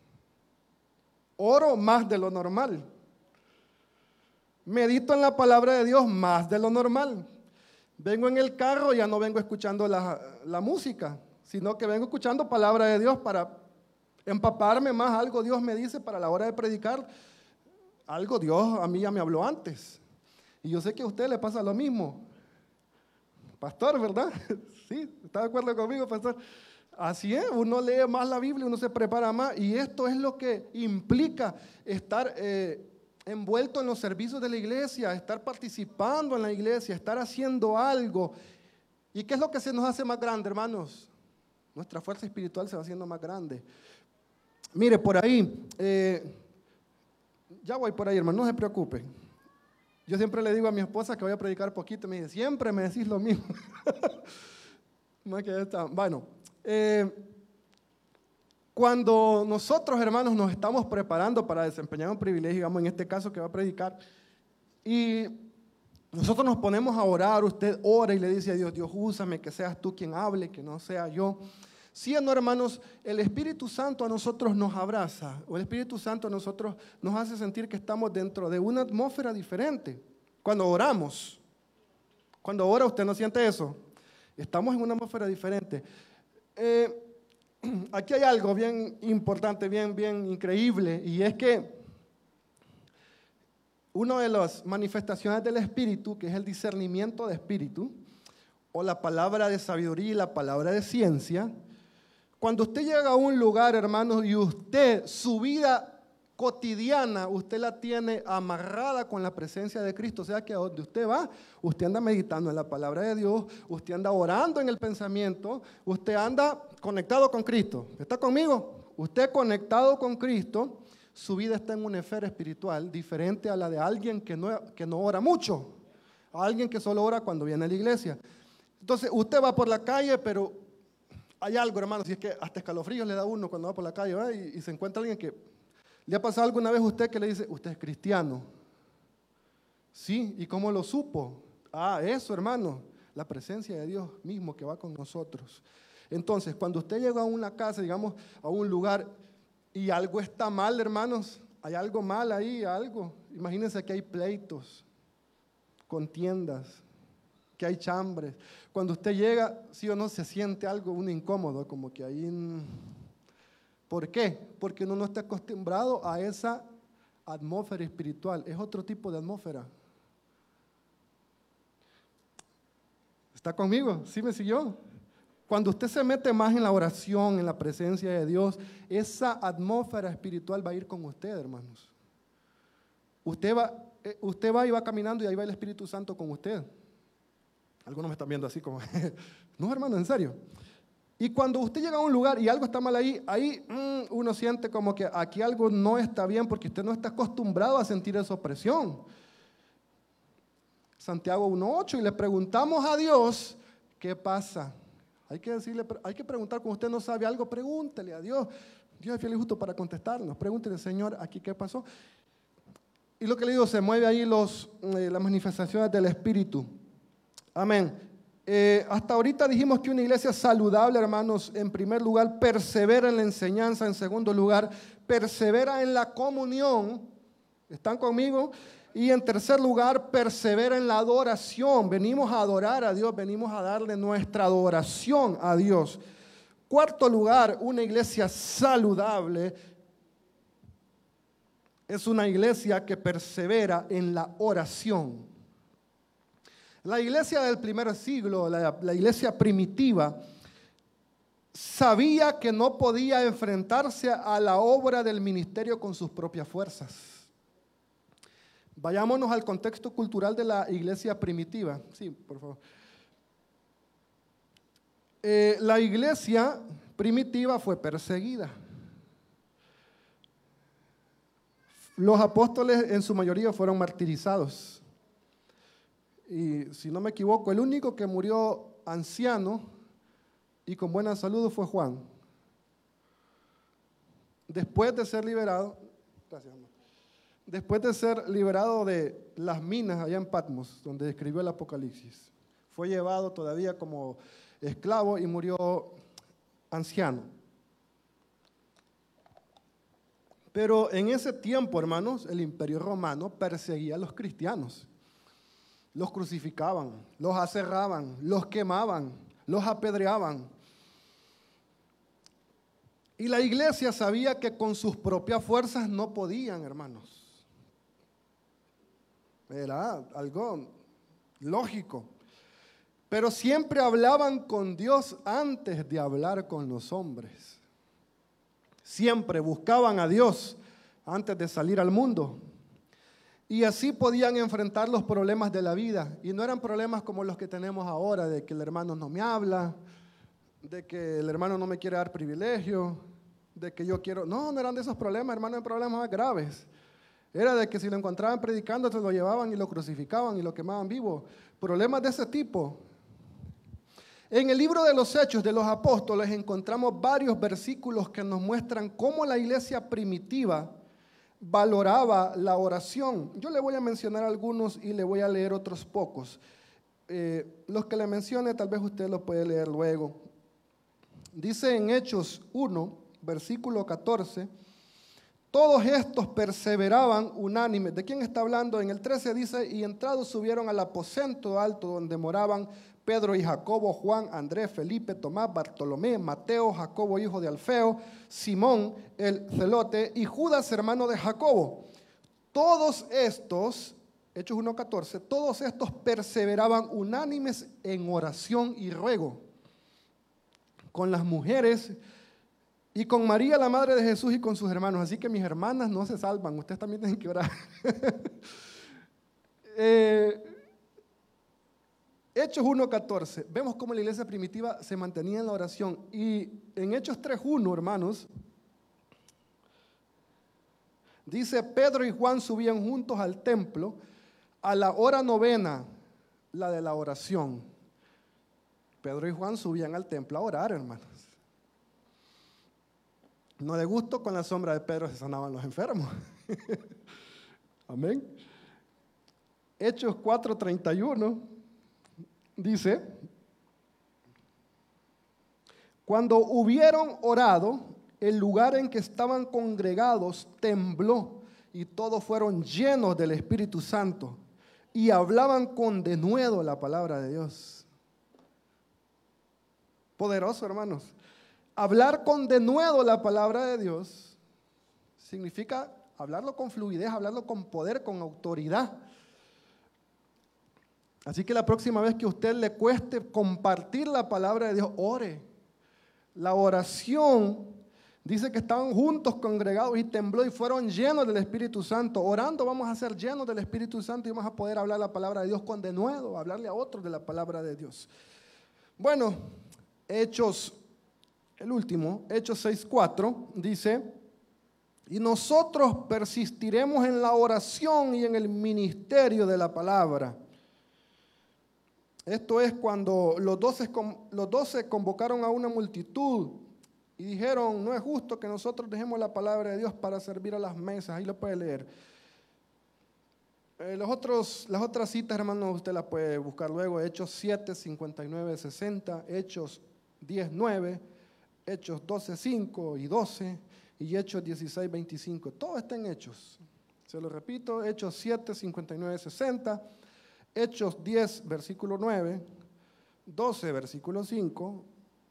Oro más de lo normal. Medito en la palabra de Dios más de lo normal. Vengo en el carro, ya no vengo escuchando la música, sino que vengo escuchando palabra de Dios para empaparme más. Algo Dios me dice para la hora de predicar. Algo Dios a mí ya me habló antes. Y yo sé que a usted le pasa lo mismo. Pastor, ¿verdad? Sí, ¿está de acuerdo conmigo, pastor? Así es, uno lee más la Biblia, uno se prepara más, y esto es lo que implica estar envuelto en los servicios de la iglesia, estar participando en la iglesia, estar haciendo algo. ¿Y qué es lo que se nos hace más grande, hermanos? Nuestra fuerza espiritual se va haciendo más grande. Mire, por ahí, ya voy por ahí, hermano, no se preocupe. Yo siempre le digo a mi esposa que voy a predicar poquito, me dice, siempre me decís lo mismo. No es que ya está. Bueno, cuando nosotros, hermanos, nos estamos preparando para desempeñar un privilegio, digamos en este caso que va a predicar, y nosotros nos ponemos a orar, usted ora y le dice a Dios, Dios, úsame, que seas tú quien hable, que no sea yo. Sí, no, hermanos, el Espíritu Santo a nosotros nos abraza, o el Espíritu Santo a nosotros nos hace sentir que estamos dentro de una atmósfera diferente. Cuando oramos, cuando ora usted no siente eso, estamos en una atmósfera diferente. Aquí hay algo bien importante, bien increíble, y es que una de las manifestaciones del Espíritu, que es el discernimiento de Espíritu, o la palabra de sabiduría y la palabra de ciencia, cuando usted llega a un lugar, hermanos, y usted, su vida cotidiana, usted la tiene amarrada con la presencia de Cristo, o sea que a donde usted va, usted anda meditando en la palabra de Dios, usted anda orando en el pensamiento, usted anda conectado con Cristo. ¿Está conmigo? Usted conectado con Cristo, su vida está en una esfera espiritual diferente a la de alguien que no ora mucho, a alguien que solo ora cuando viene a la iglesia. Entonces, usted va por la calle, pero hay algo, hermano, si es que hasta escalofríos le da uno cuando va por la calle, ¿verdad? Y se encuentra alguien que, ¿le ha pasado alguna vez a usted que le dice, usted es cristiano? Sí, ¿y cómo lo supo? Eso, hermano, la presencia de Dios mismo que va con nosotros. Entonces, cuando usted llega a una casa, digamos, a un lugar, y algo está mal, hermanos, hay algo mal ahí, algo. Imagínense que hay pleitos, contiendas, que hay chambres. Cuando usted llega, sí o no, se siente algo, uno incómodo, como que ahí... ¿Por qué? Porque uno no está acostumbrado a esa atmósfera espiritual. Es otro tipo de atmósfera. ¿Está conmigo? ¿Sí me siguió? Cuando usted se mete más en la oración, en la presencia de Dios, esa atmósfera espiritual va a ir con usted, hermanos. Usted va y va caminando y ahí va el Espíritu Santo con usted. Algunos me están viendo así como, no, hermano, en serio. Y cuando usted llega a un lugar y algo está mal ahí uno siente como que aquí algo no está bien porque usted no está acostumbrado a sentir esa opresión. Santiago 1:8, y le preguntamos a Dios, ¿qué pasa? Hay que preguntar, cuando usted no sabe algo, pregúntele a Dios. Dios es fiel y justo para contestarnos. Pregúntele, Señor, ¿aquí qué pasó? Y lo que le digo, se mueve ahí las manifestaciones del Espíritu. Amén. Hasta ahorita dijimos que una iglesia saludable, hermanos, en primer lugar, persevera en la enseñanza. En segundo lugar, persevera en la comunión. ¿Están conmigo? Y en tercer lugar, persevera en la adoración. Venimos a adorar a Dios, venimos a darle nuestra adoración a Dios. Cuarto lugar, una iglesia saludable es una iglesia que persevera en la oración. La iglesia del primer siglo, la iglesia primitiva, sabía que no podía enfrentarse a la obra del ministerio con sus propias fuerzas. Vayámonos al contexto cultural de la iglesia primitiva. Sí, por favor. La iglesia primitiva fue perseguida. Los apóstoles en su mayoría fueron martirizados. Y si no me equivoco, el único que murió anciano y con buena salud fue Juan. Después de ser liberado, gracias, hermano. Después de ser liberado de las minas allá en Patmos, donde escribió el Apocalipsis, fue llevado todavía como esclavo y murió anciano. Pero en ese tiempo, hermanos, el Imperio Romano perseguía a los cristianos. Los crucificaban, los aserraban, los quemaban, los apedreaban. Y la iglesia sabía que con sus propias fuerzas no podían, hermanos. Era algo lógico. Pero siempre hablaban con Dios antes de hablar con los hombres. Siempre buscaban a Dios antes de salir al mundo. Y así podían enfrentar los problemas de la vida. Y no eran problemas como los que tenemos ahora, de que el hermano no me habla, de que el hermano no me quiere dar privilegio, de que yo quiero... No eran de esos problemas, hermano, eran problemas más graves. Era de que si lo encontraban predicando, se lo llevaban y lo crucificaban y lo quemaban vivo. Problemas de ese tipo. En el libro de los Hechos de los Apóstoles encontramos varios versículos que nos muestran cómo la iglesia primitiva valoraba la oración. Yo le voy a mencionar algunos y le voy a leer otros pocos. Los que le mencione tal vez usted los puede leer luego. Dice en Hechos 1, versículo 14, todos estos perseveraban unánimes. ¿De quién está hablando? En el 13 dice, y entrados subieron al aposento alto donde moraban Pedro y Jacobo, Juan, Andrés, Felipe, Tomás, Bartolomé, Mateo, Jacobo, hijo de Alfeo, Simón, el celote, y Judas, hermano de Jacobo. Todos estos, Hechos 1:14, todos estos perseveraban unánimes en oración y ruego con las mujeres y con María, la madre de Jesús, y con sus hermanos. Así que mis hermanas no se salvan, ustedes también tienen que orar. Hechos 1:14, vemos cómo la iglesia primitiva se mantenía en la oración. Y en Hechos 3:1, hermanos, dice, Pedro y Juan subían juntos al templo a la hora novena, la de la oración. Pedro y Juan subían al templo a orar, hermanos. No de gusto, con la sombra de Pedro se sanaban los enfermos. Amén. Hechos 4:31 dice, cuando hubieron orado, el lugar en que estaban congregados tembló y todos fueron llenos del Espíritu Santo y hablaban con denuedo la palabra de Dios. Poderoso, hermanos. Hablar con denuedo la palabra de Dios significa hablarlo con fluidez, hablarlo con poder, con autoridad. Así que la próxima vez que a usted le cueste compartir la palabra de Dios, ore. La oración, dice que estaban juntos congregados y tembló y fueron llenos del Espíritu Santo. Orando vamos a ser llenos del Espíritu Santo y vamos a poder hablar la palabra de Dios con denuedo, hablarle a otros de la palabra de Dios. Bueno, Hechos, el último, Hechos 6:4, dice: y nosotros persistiremos en la oración y en el ministerio de la palabra. Esto es cuando los 12 convocaron a una multitud y dijeron: no es justo que nosotros dejemos la palabra de Dios para servir a las mesas. Ahí lo puede leer. Las otras citas, hermanos, usted las puede buscar luego. Hechos 7, 59, 60, Hechos 10, 9, Hechos 12, 5 y 12 y Hechos 16, 25. Todo está en Hechos. Se lo repito: Hechos 7, 59, 60, Hechos 10, versículo 9, 12, versículo 5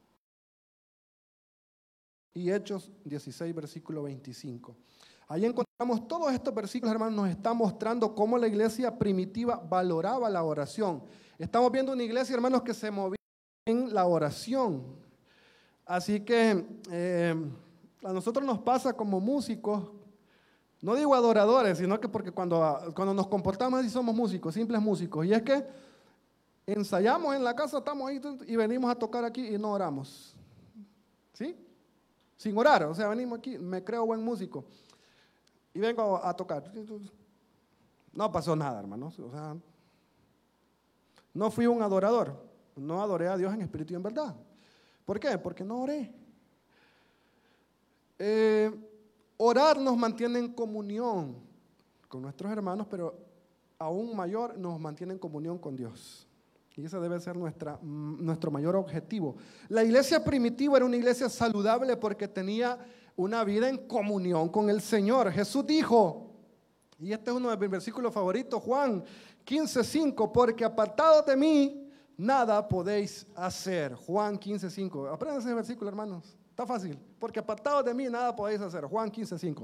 y Hechos 16, versículo 25. Ahí encontramos todos estos versículos, hermanos, nos están mostrando cómo la iglesia primitiva valoraba la oración. Estamos viendo una iglesia, hermanos, que se movía en la oración. Así que a nosotros nos pasa como músicos, no digo adoradores, sino que porque cuando nos comportamos así somos músicos, simples músicos. Y es que ensayamos en la casa, estamos ahí y venimos a tocar aquí y no oramos. ¿Sí? Sin orar, o sea, venimos aquí, me creo buen músico y vengo a tocar. No pasó nada, hermanos. O sea, no fui un adorador, no adoré a Dios en espíritu y en verdad. ¿Por qué? Porque no oré. Orar nos mantiene en comunión con nuestros hermanos, pero aún mayor nos mantiene en comunión con Dios. Y ese debe ser nuestro mayor objetivo. La iglesia primitiva era una iglesia saludable porque tenía una vida en comunión con el Señor. Jesús dijo, y este es uno de mis versículos favoritos, Juan 15:5, porque apartados de mí nada podéis hacer. Juan 15:5. Aprendan ese versículo, hermanos. Está fácil. Porque apartados de mí nada podéis hacer. Juan 15:5.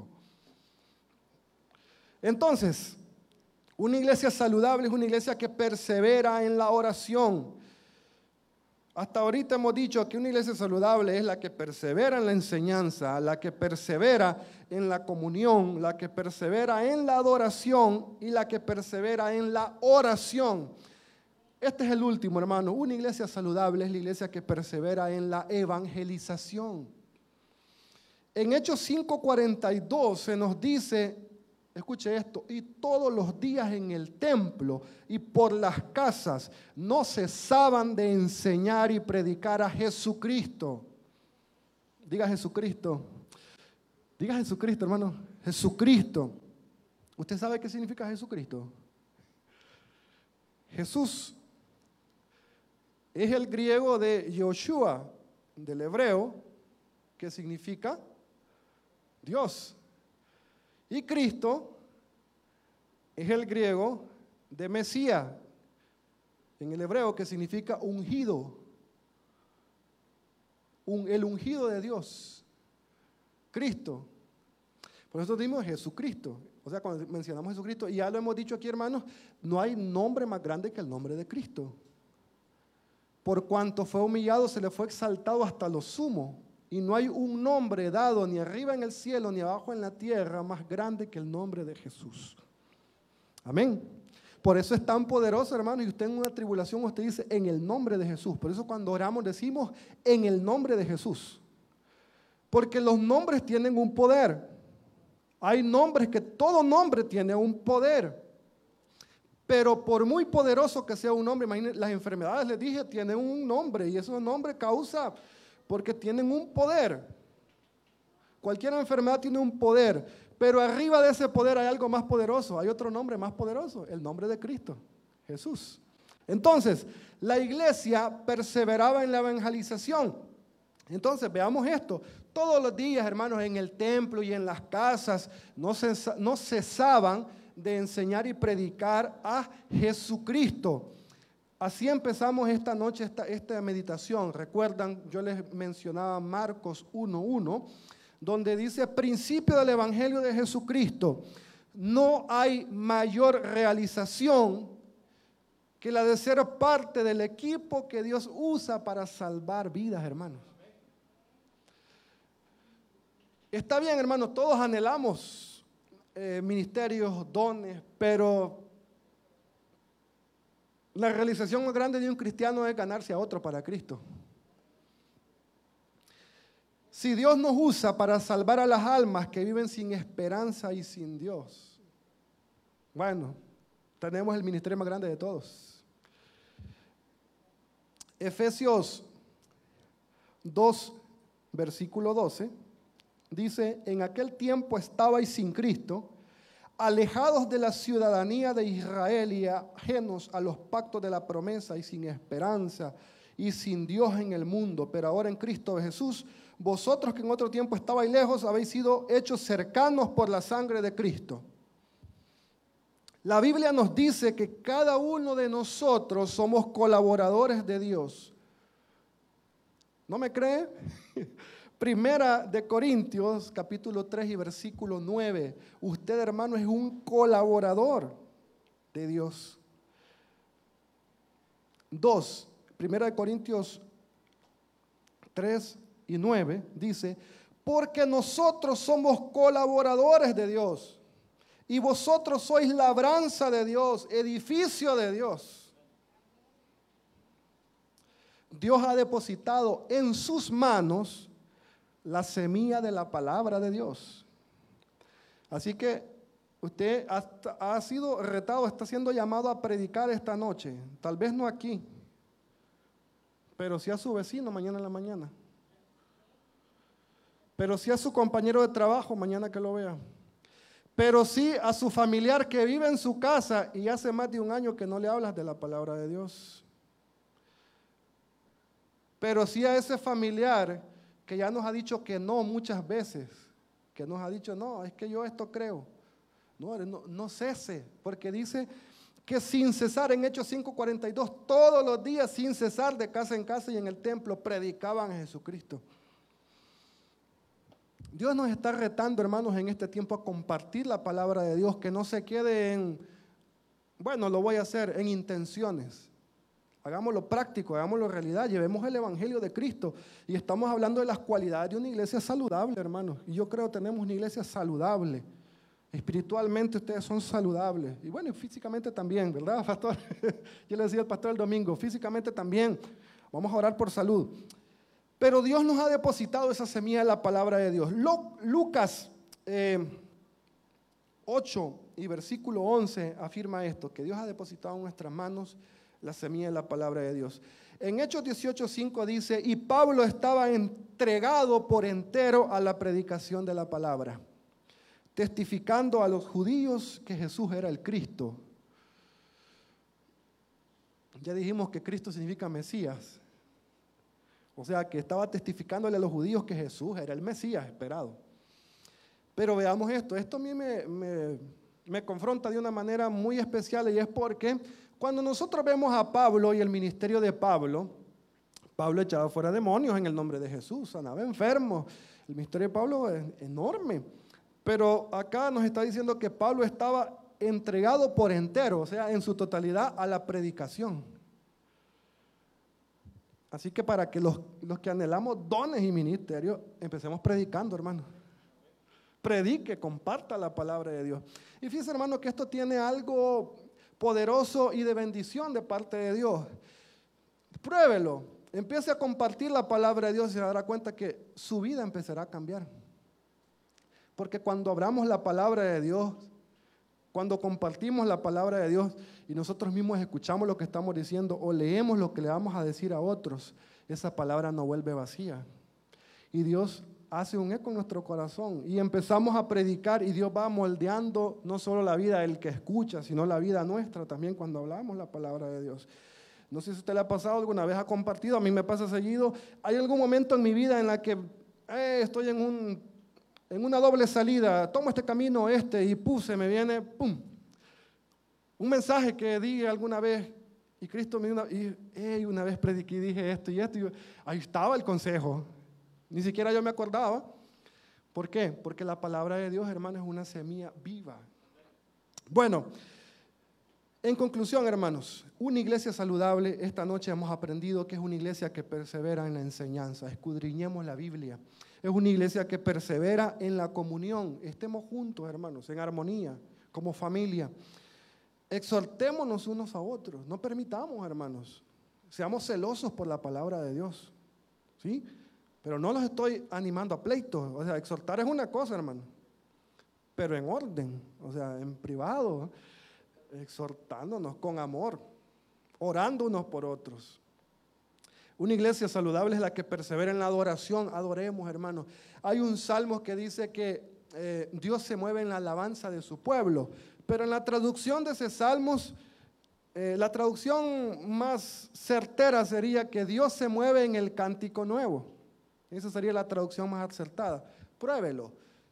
Entonces, una iglesia saludable es una iglesia que persevera en la oración. Hasta ahorita hemos dicho que una iglesia saludable es la que persevera en la enseñanza, la que persevera en la comunión, la que persevera en la adoración y la que persevera en la oración. Este es el último, hermano. Una iglesia saludable es la iglesia que persevera en la evangelización. En Hechos 5:42 se nos dice, escuche esto: y todos los días en el templo y por las casas no cesaban de enseñar y predicar a Jesucristo. Diga Jesucristo. Diga Jesucristo, hermano. Jesucristo. ¿Usted sabe qué significa Jesucristo? Jesús es el griego de Yoshua, del hebreo, que significa Dios. Y Cristo es el griego de Mesías, en el hebreo, que significa ungido. El ungido de Dios. Cristo. Por eso dimos Jesucristo. O sea, cuando mencionamos Jesucristo, y ya lo hemos dicho aquí, hermanos, no hay nombre más grande que el nombre de Cristo. Por cuanto fue humillado, se le fue exaltado hasta lo sumo. Y no hay un nombre dado ni arriba en el cielo ni abajo en la tierra más grande que el nombre de Jesús. Amén. Por eso es tan poderoso, hermano, y usted en una tribulación, usted dice en el nombre de Jesús. Por eso cuando oramos decimos en el nombre de Jesús. Porque los nombres tienen un poder. Hay nombres que todo nombre tiene un poder. Pero por muy poderoso que sea un nombre, imagínense, las enfermedades, les dije, tienen un nombre y esos nombres causa porque tienen un poder. Cualquier enfermedad tiene un poder, pero arriba de ese poder hay algo más poderoso, hay otro nombre más poderoso, el nombre de Cristo, Jesús. Entonces, la iglesia perseveraba en la evangelización. Entonces, veamos esto. Todos los días, hermanos, en el templo y en las casas no cesaban de enseñar y predicar a Jesucristo. Así empezamos esta noche esta meditación. Recuerdan, yo les mencionaba Marcos 1:1, donde dice: principio del Evangelio de Jesucristo. No hay mayor realización que la de ser parte del equipo que Dios usa para salvar vidas, hermanos. Está bien, hermanos, todos anhelamos ministerios, dones, pero la realización más grande de un cristiano es ganarse a otro para Cristo. Si Dios nos usa para salvar a las almas que viven sin esperanza y sin Dios, bueno, tenemos el ministerio más grande de todos. Efesios 2, versículo 12, dice: en aquel tiempo estabais sin Cristo, alejados de la ciudadanía de Israel y ajenos a los pactos de la promesa y sin esperanza y sin Dios en el mundo, pero ahora en Cristo Jesús, vosotros que en otro tiempo estabais lejos, habéis sido hechos cercanos por la sangre de Cristo. La Biblia nos dice que cada uno de nosotros somos colaboradores de Dios. ¿No me cree? Primera de Corintios, capítulo 3 y versículo 9. Usted, hermano, es un colaborador de Dios. 2. Primera de Corintios 3 y 9 dice: porque nosotros somos colaboradores de Dios y vosotros sois labranza de Dios, edificio de Dios. Dios ha depositado en sus manos la semilla de la palabra de Dios. Así que usted ha sido retado, está siendo llamado a predicar esta noche. Tal vez no aquí, pero sí a su vecino mañana en la mañana. Pero sí a su compañero de trabajo mañana que lo vea. Pero sí a su familiar que vive en su casa y hace más de un año que no le hablas de la palabra de Dios. Pero sí a ese familiar que ya nos ha dicho que no muchas veces, que nos ha dicho: no, es que yo esto creo. No cese, porque dice que sin cesar, en Hechos 5:42, todos los días sin cesar, de casa en casa y en el templo, predicaban a Jesucristo. Dios nos está retando, hermanos, en este tiempo a compartir la palabra de Dios, que no se quede en, bueno, lo voy a hacer, en intenciones. Hagámoslo práctico, hagámoslo realidad, llevemos el evangelio de Cristo. Y estamos hablando de las cualidades de una iglesia saludable, hermanos. Y yo creo que tenemos una iglesia saludable. Espiritualmente ustedes son saludables. Y bueno, físicamente también, ¿verdad, pastor? Yo le decía al pastor el domingo, físicamente también. Vamos a orar por salud. Pero Dios nos ha depositado esa semilla de la palabra de Dios. Lucas 8 y versículo 11 afirma esto, que Dios ha depositado en nuestras manos la semilla de la palabra de Dios. En Hechos 18:5 dice: y Pablo estaba entregado por entero a la predicación de la palabra, testificando a los judíos que Jesús era el Cristo. Ya dijimos que Cristo significa Mesías. O sea, que estaba testificándole a los judíos que Jesús era el Mesías esperado. Pero veamos esto a mí me confronta de una manera muy especial, y es porque cuando nosotros vemos a Pablo y el ministerio de Pablo, Pablo echaba fuera demonios en el nombre de Jesús, sanaba enfermos. El ministerio de Pablo es enorme. Pero acá nos está diciendo que Pablo estaba entregado por entero, o sea, en su totalidad, a la predicación. Así que para que los que anhelamos dones y ministerios, empecemos predicando, hermano. Predique, comparta la palabra de Dios. Y fíjense, hermano, que esto tiene algo poderoso y de bendición de parte de Dios. Pruébelo, empiece a compartir la palabra de Dios y se dará cuenta que su vida empezará a cambiar. Porque cuando abramos la palabra de Dios, cuando compartimos la palabra de Dios y nosotros mismos escuchamos lo que estamos diciendo o leemos lo que le vamos a decir a otros, esa palabra no vuelve vacía. Y Dios hace un eco en nuestro corazón y empezamos a predicar, y Dios va moldeando no solo la vida del que escucha, sino la vida nuestra también cuando hablamos la palabra de Dios. No sé si a usted le ha pasado alguna vez, ha compartido, a mí me pasa seguido. Hay algún momento en mi vida en la que estoy en una doble salida, tomo este camino y se me viene, un mensaje que di alguna vez, y Cristo me dio una vez prediqué y dije esto y esto, y ahí estaba el consejo, ni siquiera yo me acordaba. ¿Por qué? Porque la palabra de Dios, hermano, es una semilla viva. Bueno, En conclusión, hermanos, una iglesia saludable, esta noche hemos aprendido que es una iglesia que persevera en la enseñanza. Escudriñemos la Biblia. Es una iglesia que persevera en la comunión. Estemos juntos, hermanos, en armonía, como familia. Exhortémonos unos a otros. No permitamos, hermanos, seamos celosos por la palabra de Dios. ¿Sí? Pero no los estoy animando a pleitos. O sea, exhortar es una cosa, hermano, pero en orden, o sea, en privado, exhortándonos con amor, orando unos por otros. Una iglesia saludable es la que persevera en la adoración. Adoremos, hermanos. Hay un salmo que dice que Dios se mueve en la alabanza de su pueblo, pero en la traducción de ese salmo, la traducción más certera sería que Dios se mueve en el cántico nuevo. Esa sería la traducción más acertada. Pruébelo.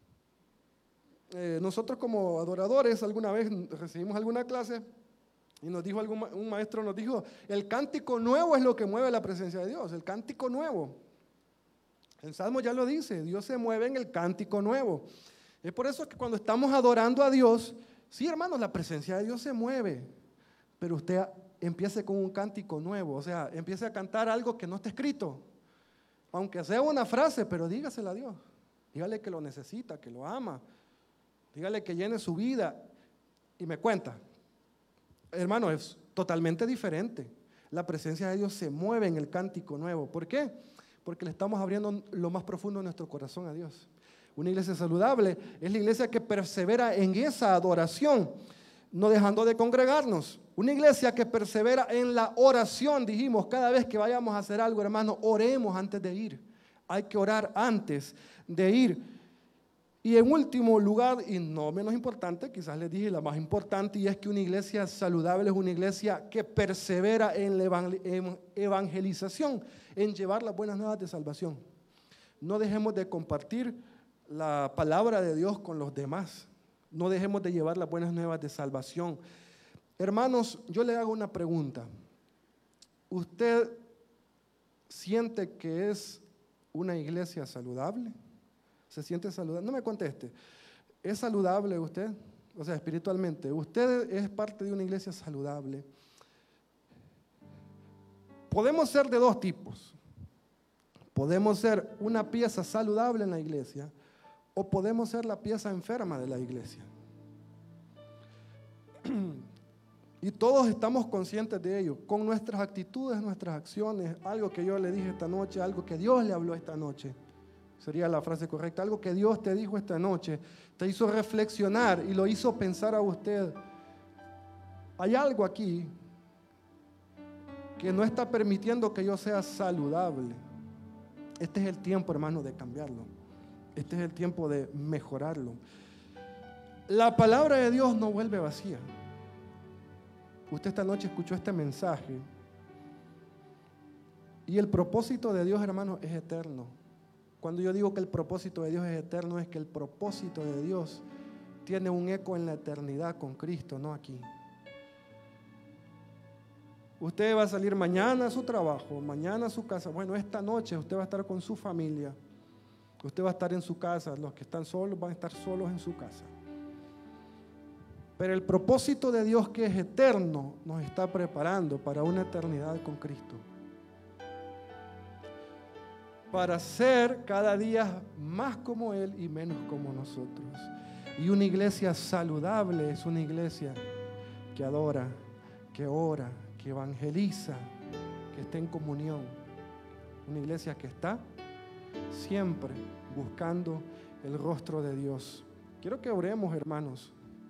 Nosotros como adoradores alguna vez recibimos alguna clase y nos dijo un maestro nos dijo, el cántico nuevo es lo que mueve la presencia de Dios, el cántico nuevo. El Salmo ya lo dice, Dios se mueve en el cántico nuevo. Es por eso que cuando estamos adorando a Dios, sí, hermanos, la presencia de Dios se mueve, pero usted empiece con un cántico nuevo, o sea, empiece a cantar algo que no está escrito, aunque sea una frase, pero dígasela a Dios, dígale que lo necesita, que lo ama. Dígale que llene su vida y me cuenta. Hermano, es totalmente diferente. La presencia de Dios se mueve en el cántico nuevo. ¿Por qué? Porque le estamos abriendo lo más profundo de nuestro corazón a Dios. Una iglesia saludable es la iglesia que persevera en esa adoración, no dejando de congregarnos. Una iglesia que persevera en la oración, dijimos, cada vez que vayamos a hacer algo, hermano, oremos antes de ir. Hay que orar antes de ir. Y en último lugar, y no menos importante, quizás les dije la más importante, y es que una iglesia saludable es una iglesia que persevera en la evangelización, en llevar las buenas nuevas de salvación. No dejemos de compartir la palabra de Dios con los demás. No dejemos de llevar las buenas nuevas de salvación. Hermanos, yo le hago una pregunta. ¿Usted siente que es una iglesia saludable? ¿Se siente saludable? No me conteste. ¿Es saludable usted? O sea, espiritualmente. ¿Usted es parte de una iglesia saludable? Podemos ser de dos tipos. Podemos ser una pieza saludable en la iglesia o podemos ser la pieza enferma de la iglesia. Y todos estamos conscientes de ello, con nuestras actitudes, nuestras acciones, algo que yo le dije esta noche, algo que Dios le habló esta noche. Sería la frase correcta, algo que Dios te dijo esta noche, te hizo reflexionar y lo hizo pensar a usted. Hay algo aquí que no está permitiendo que yo sea saludable. Este es el tiempo, hermano, de cambiarlo. Este es el tiempo de mejorarlo. La palabra de Dios no vuelve vacía. Usted esta noche escuchó este mensaje y el propósito de Dios, hermano, es eterno. Cuando yo digo que el propósito de Dios es eterno, es que el propósito de Dios tiene un eco en la eternidad con Cristo, no aquí. Usted va a salir mañana a su trabajo, mañana a su casa. Bueno, esta noche usted va a estar con su familia. Usted va a estar en su casa. Los que están solos van a estar solos en su casa. Pero el propósito de Dios, que es eterno, nos está preparando para una eternidad con Cristo. Para ser cada día más como Él y menos como nosotros. Y una iglesia saludable es una iglesia que adora, que ora, que evangeliza, que está en comunión. Una iglesia que está siempre buscando el rostro de Dios. Quiero que oremos, hermanos.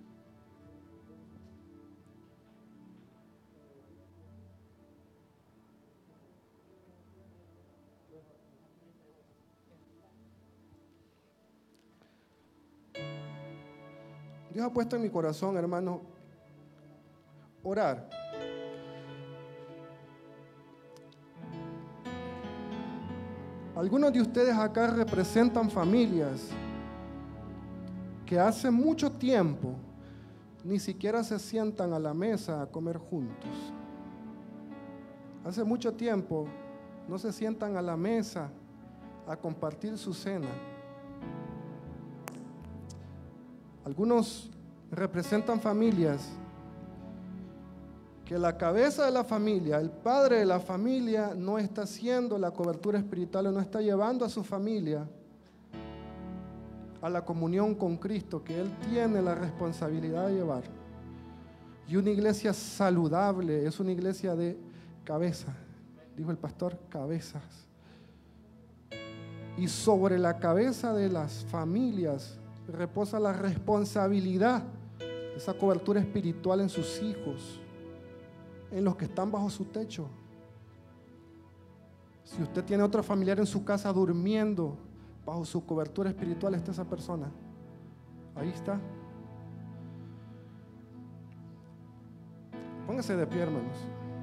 Dios ha puesto en mi corazón, hermano, orar. Algunos de ustedes acá representan familias que hace mucho tiempo ni siquiera se sientan a la mesa a comer juntos. Hace mucho tiempo no se sientan a la mesa a compartir su cena. Algunos representan familias que la cabeza de la familia, el padre de la familia, no está haciendo la cobertura espiritual, o no está llevando a su familia a la comunión con Cristo que Él tiene la responsabilidad de llevar. Y una iglesia saludable es una iglesia de cabeza, dijo el pastor, cabezas. Y sobre la cabeza de las familias reposa la responsabilidad de esa cobertura espiritual en sus hijos, en los que están bajo su techo. Si usted tiene otro familiar en su casa durmiendo, bajo su cobertura espiritual está esa persona. Ahí está. Póngase de pie, hermanos.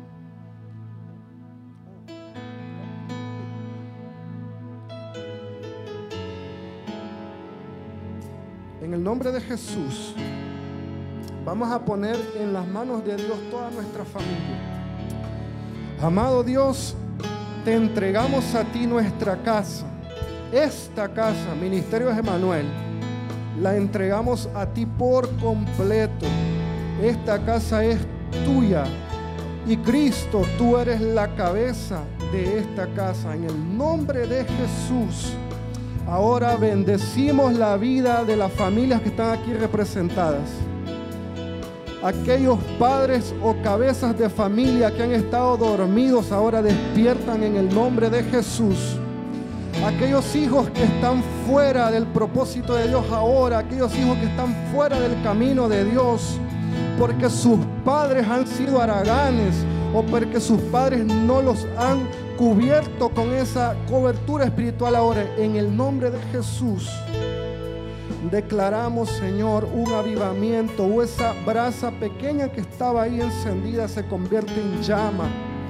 En el nombre de Jesús, vamos a poner en las manos de Dios toda nuestra familia. Amado Dios, te entregamos a ti nuestra casa. Esta casa, Ministerios Emanuel, la entregamos a ti por completo. Esta casa es tuya y Cristo, tú eres la cabeza de esta casa. En el nombre de Jesús, ahora bendecimos la vida de las familias que están aquí representadas. Aquellos padres o cabezas de familia que han estado dormidos ahora despiertan en el nombre de Jesús. Aquellos hijos que están fuera del propósito de Dios ahora, aquellos hijos que están fuera del camino de Dios, porque sus padres han sido haraganes o porque sus padres no los han cubierto con esa cobertura espiritual ahora, en el nombre de Jesús. Declaramos, Señor, un avivamiento, o esa brasa pequeña que estaba ahí encendida se convierte en llama.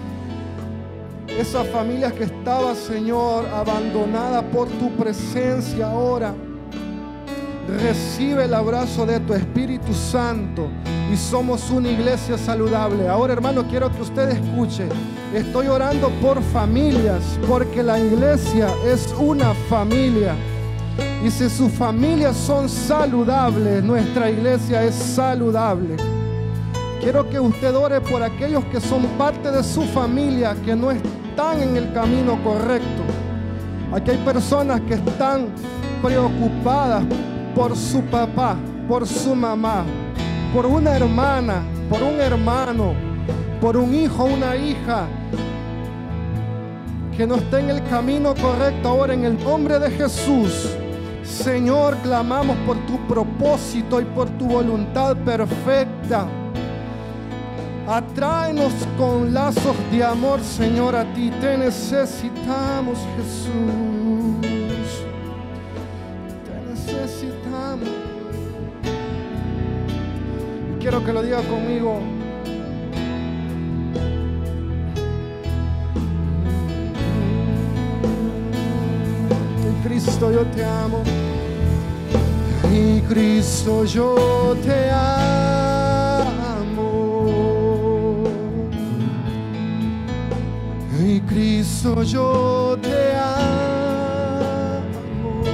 Esa familia que estaba, Señor, abandonada por tu presencia ahora, recibe el abrazo de tu Espíritu Santo y somos una iglesia saludable. Ahora, hermano, quiero que usted escuche. Estoy orando por familias, porque la iglesia es una familia. Y si sus familias son saludables, nuestra iglesia es saludable. Quiero que usted ore por aquellos que son parte de su familia, que no están en el camino correcto. Aquí hay personas que están preocupadas por su papá, por su mamá, por una hermana, por un hermano, por un hijo, una hija que no está en el camino correcto. Ahora, en el nombre de Jesús, Señor, clamamos por tu propósito y por tu voluntad perfecta. Atráenos con lazos de amor, Señor, a ti. Te necesitamos, Jesús. Te necesitamos. Y quiero que lo diga conmigo. Cristo, yo te amo. Y Cristo, yo te amo. Y Cristo, yo te amo.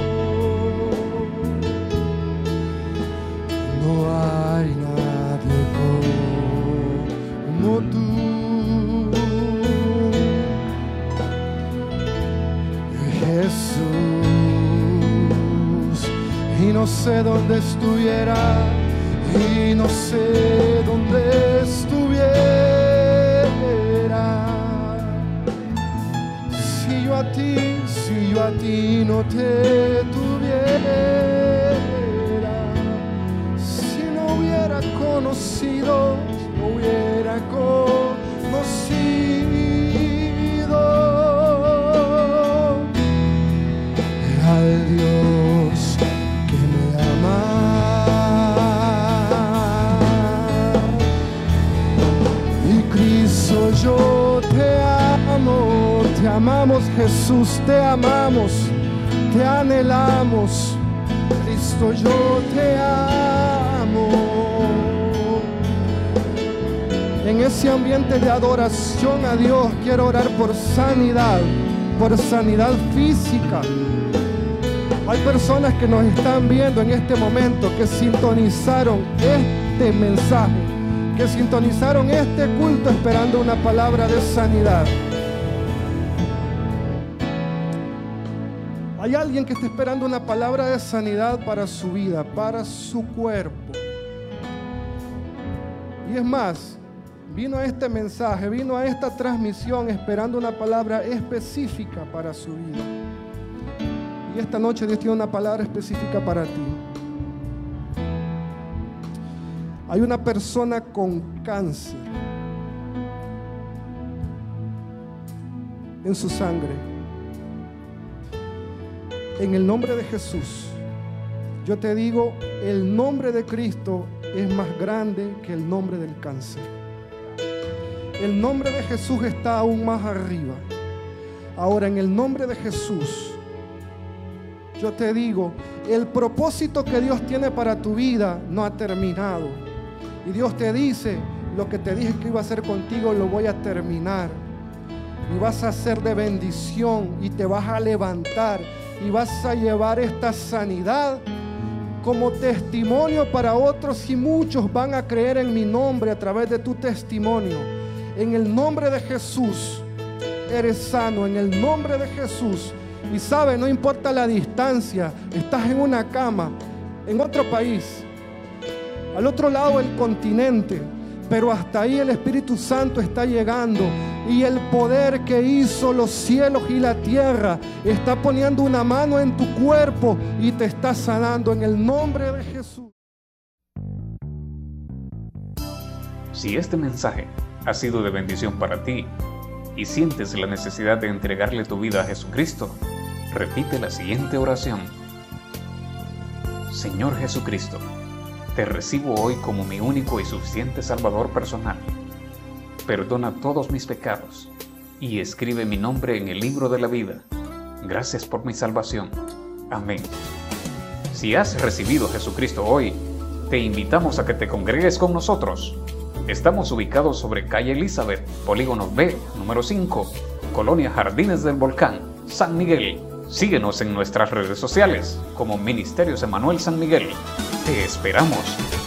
No hay nadie como tú. Jesús, y no sé dónde estuviera, y no sé dónde estuviera, si yo a ti no te tuviera, si no hubiera conocido, al Dios que me ama. Y Cristo, yo te amo, te amamos, Jesús, te amamos, te anhelamos. Cristo, yo te amo. En ese ambiente de adoración a Dios, quiero orar por sanidad física. Hay personas que nos están viendo en este momento, que sintonizaron este mensaje, que sintonizaron este culto esperando una palabra de sanidad. Hay alguien que está esperando una palabra de sanidad para su vida, para su cuerpo. Y es más, vino a este mensaje, vino a esta transmisión esperando una palabra específica para su vida. Y esta noche Dios tiene una palabra específica para ti. Hay una persona con cáncer en su sangre. En el nombre de Jesús, yo te digo, el nombre de Cristo es más grande que el nombre del cáncer. El nombre de Jesús está aún más arriba. Ahora, en el nombre de Jesús, yo te digo, el propósito que Dios tiene para tu vida no ha terminado. Y Dios te dice, lo que te dije que iba a hacer contigo lo voy a terminar. Y vas a ser de bendición y te vas a levantar y vas a llevar esta sanidad como testimonio para otros, y muchos van a creer en mi nombre a través de tu testimonio. En el nombre de Jesús eres sano, en el nombre de Jesús. Y sabe, no importa la distancia, estás en una cama, en otro país, al otro lado del continente, pero hasta ahí el Espíritu Santo está llegando, y el poder que hizo los cielos y la tierra está poniendo una mano en tu cuerpo y te está sanando en el nombre de Jesús. Si este mensaje ha sido de bendición para ti y sientes la necesidad de entregarle tu vida a Jesucristo, repite la siguiente oración. Señor Jesucristo, te recibo hoy como mi único y suficiente Salvador personal. Perdona todos mis pecados y escribe mi nombre en el libro de la vida. Gracias por mi salvación. Amén. Si has recibido a Jesucristo hoy, te invitamos a que te congregues con nosotros. Estamos ubicados sobre calle Elizabeth, Polígono B, número 5, Colonia Jardines del Volcán, San Miguel. Síguenos en nuestras redes sociales como Ministerios Emanuel San Miguel. Te esperamos.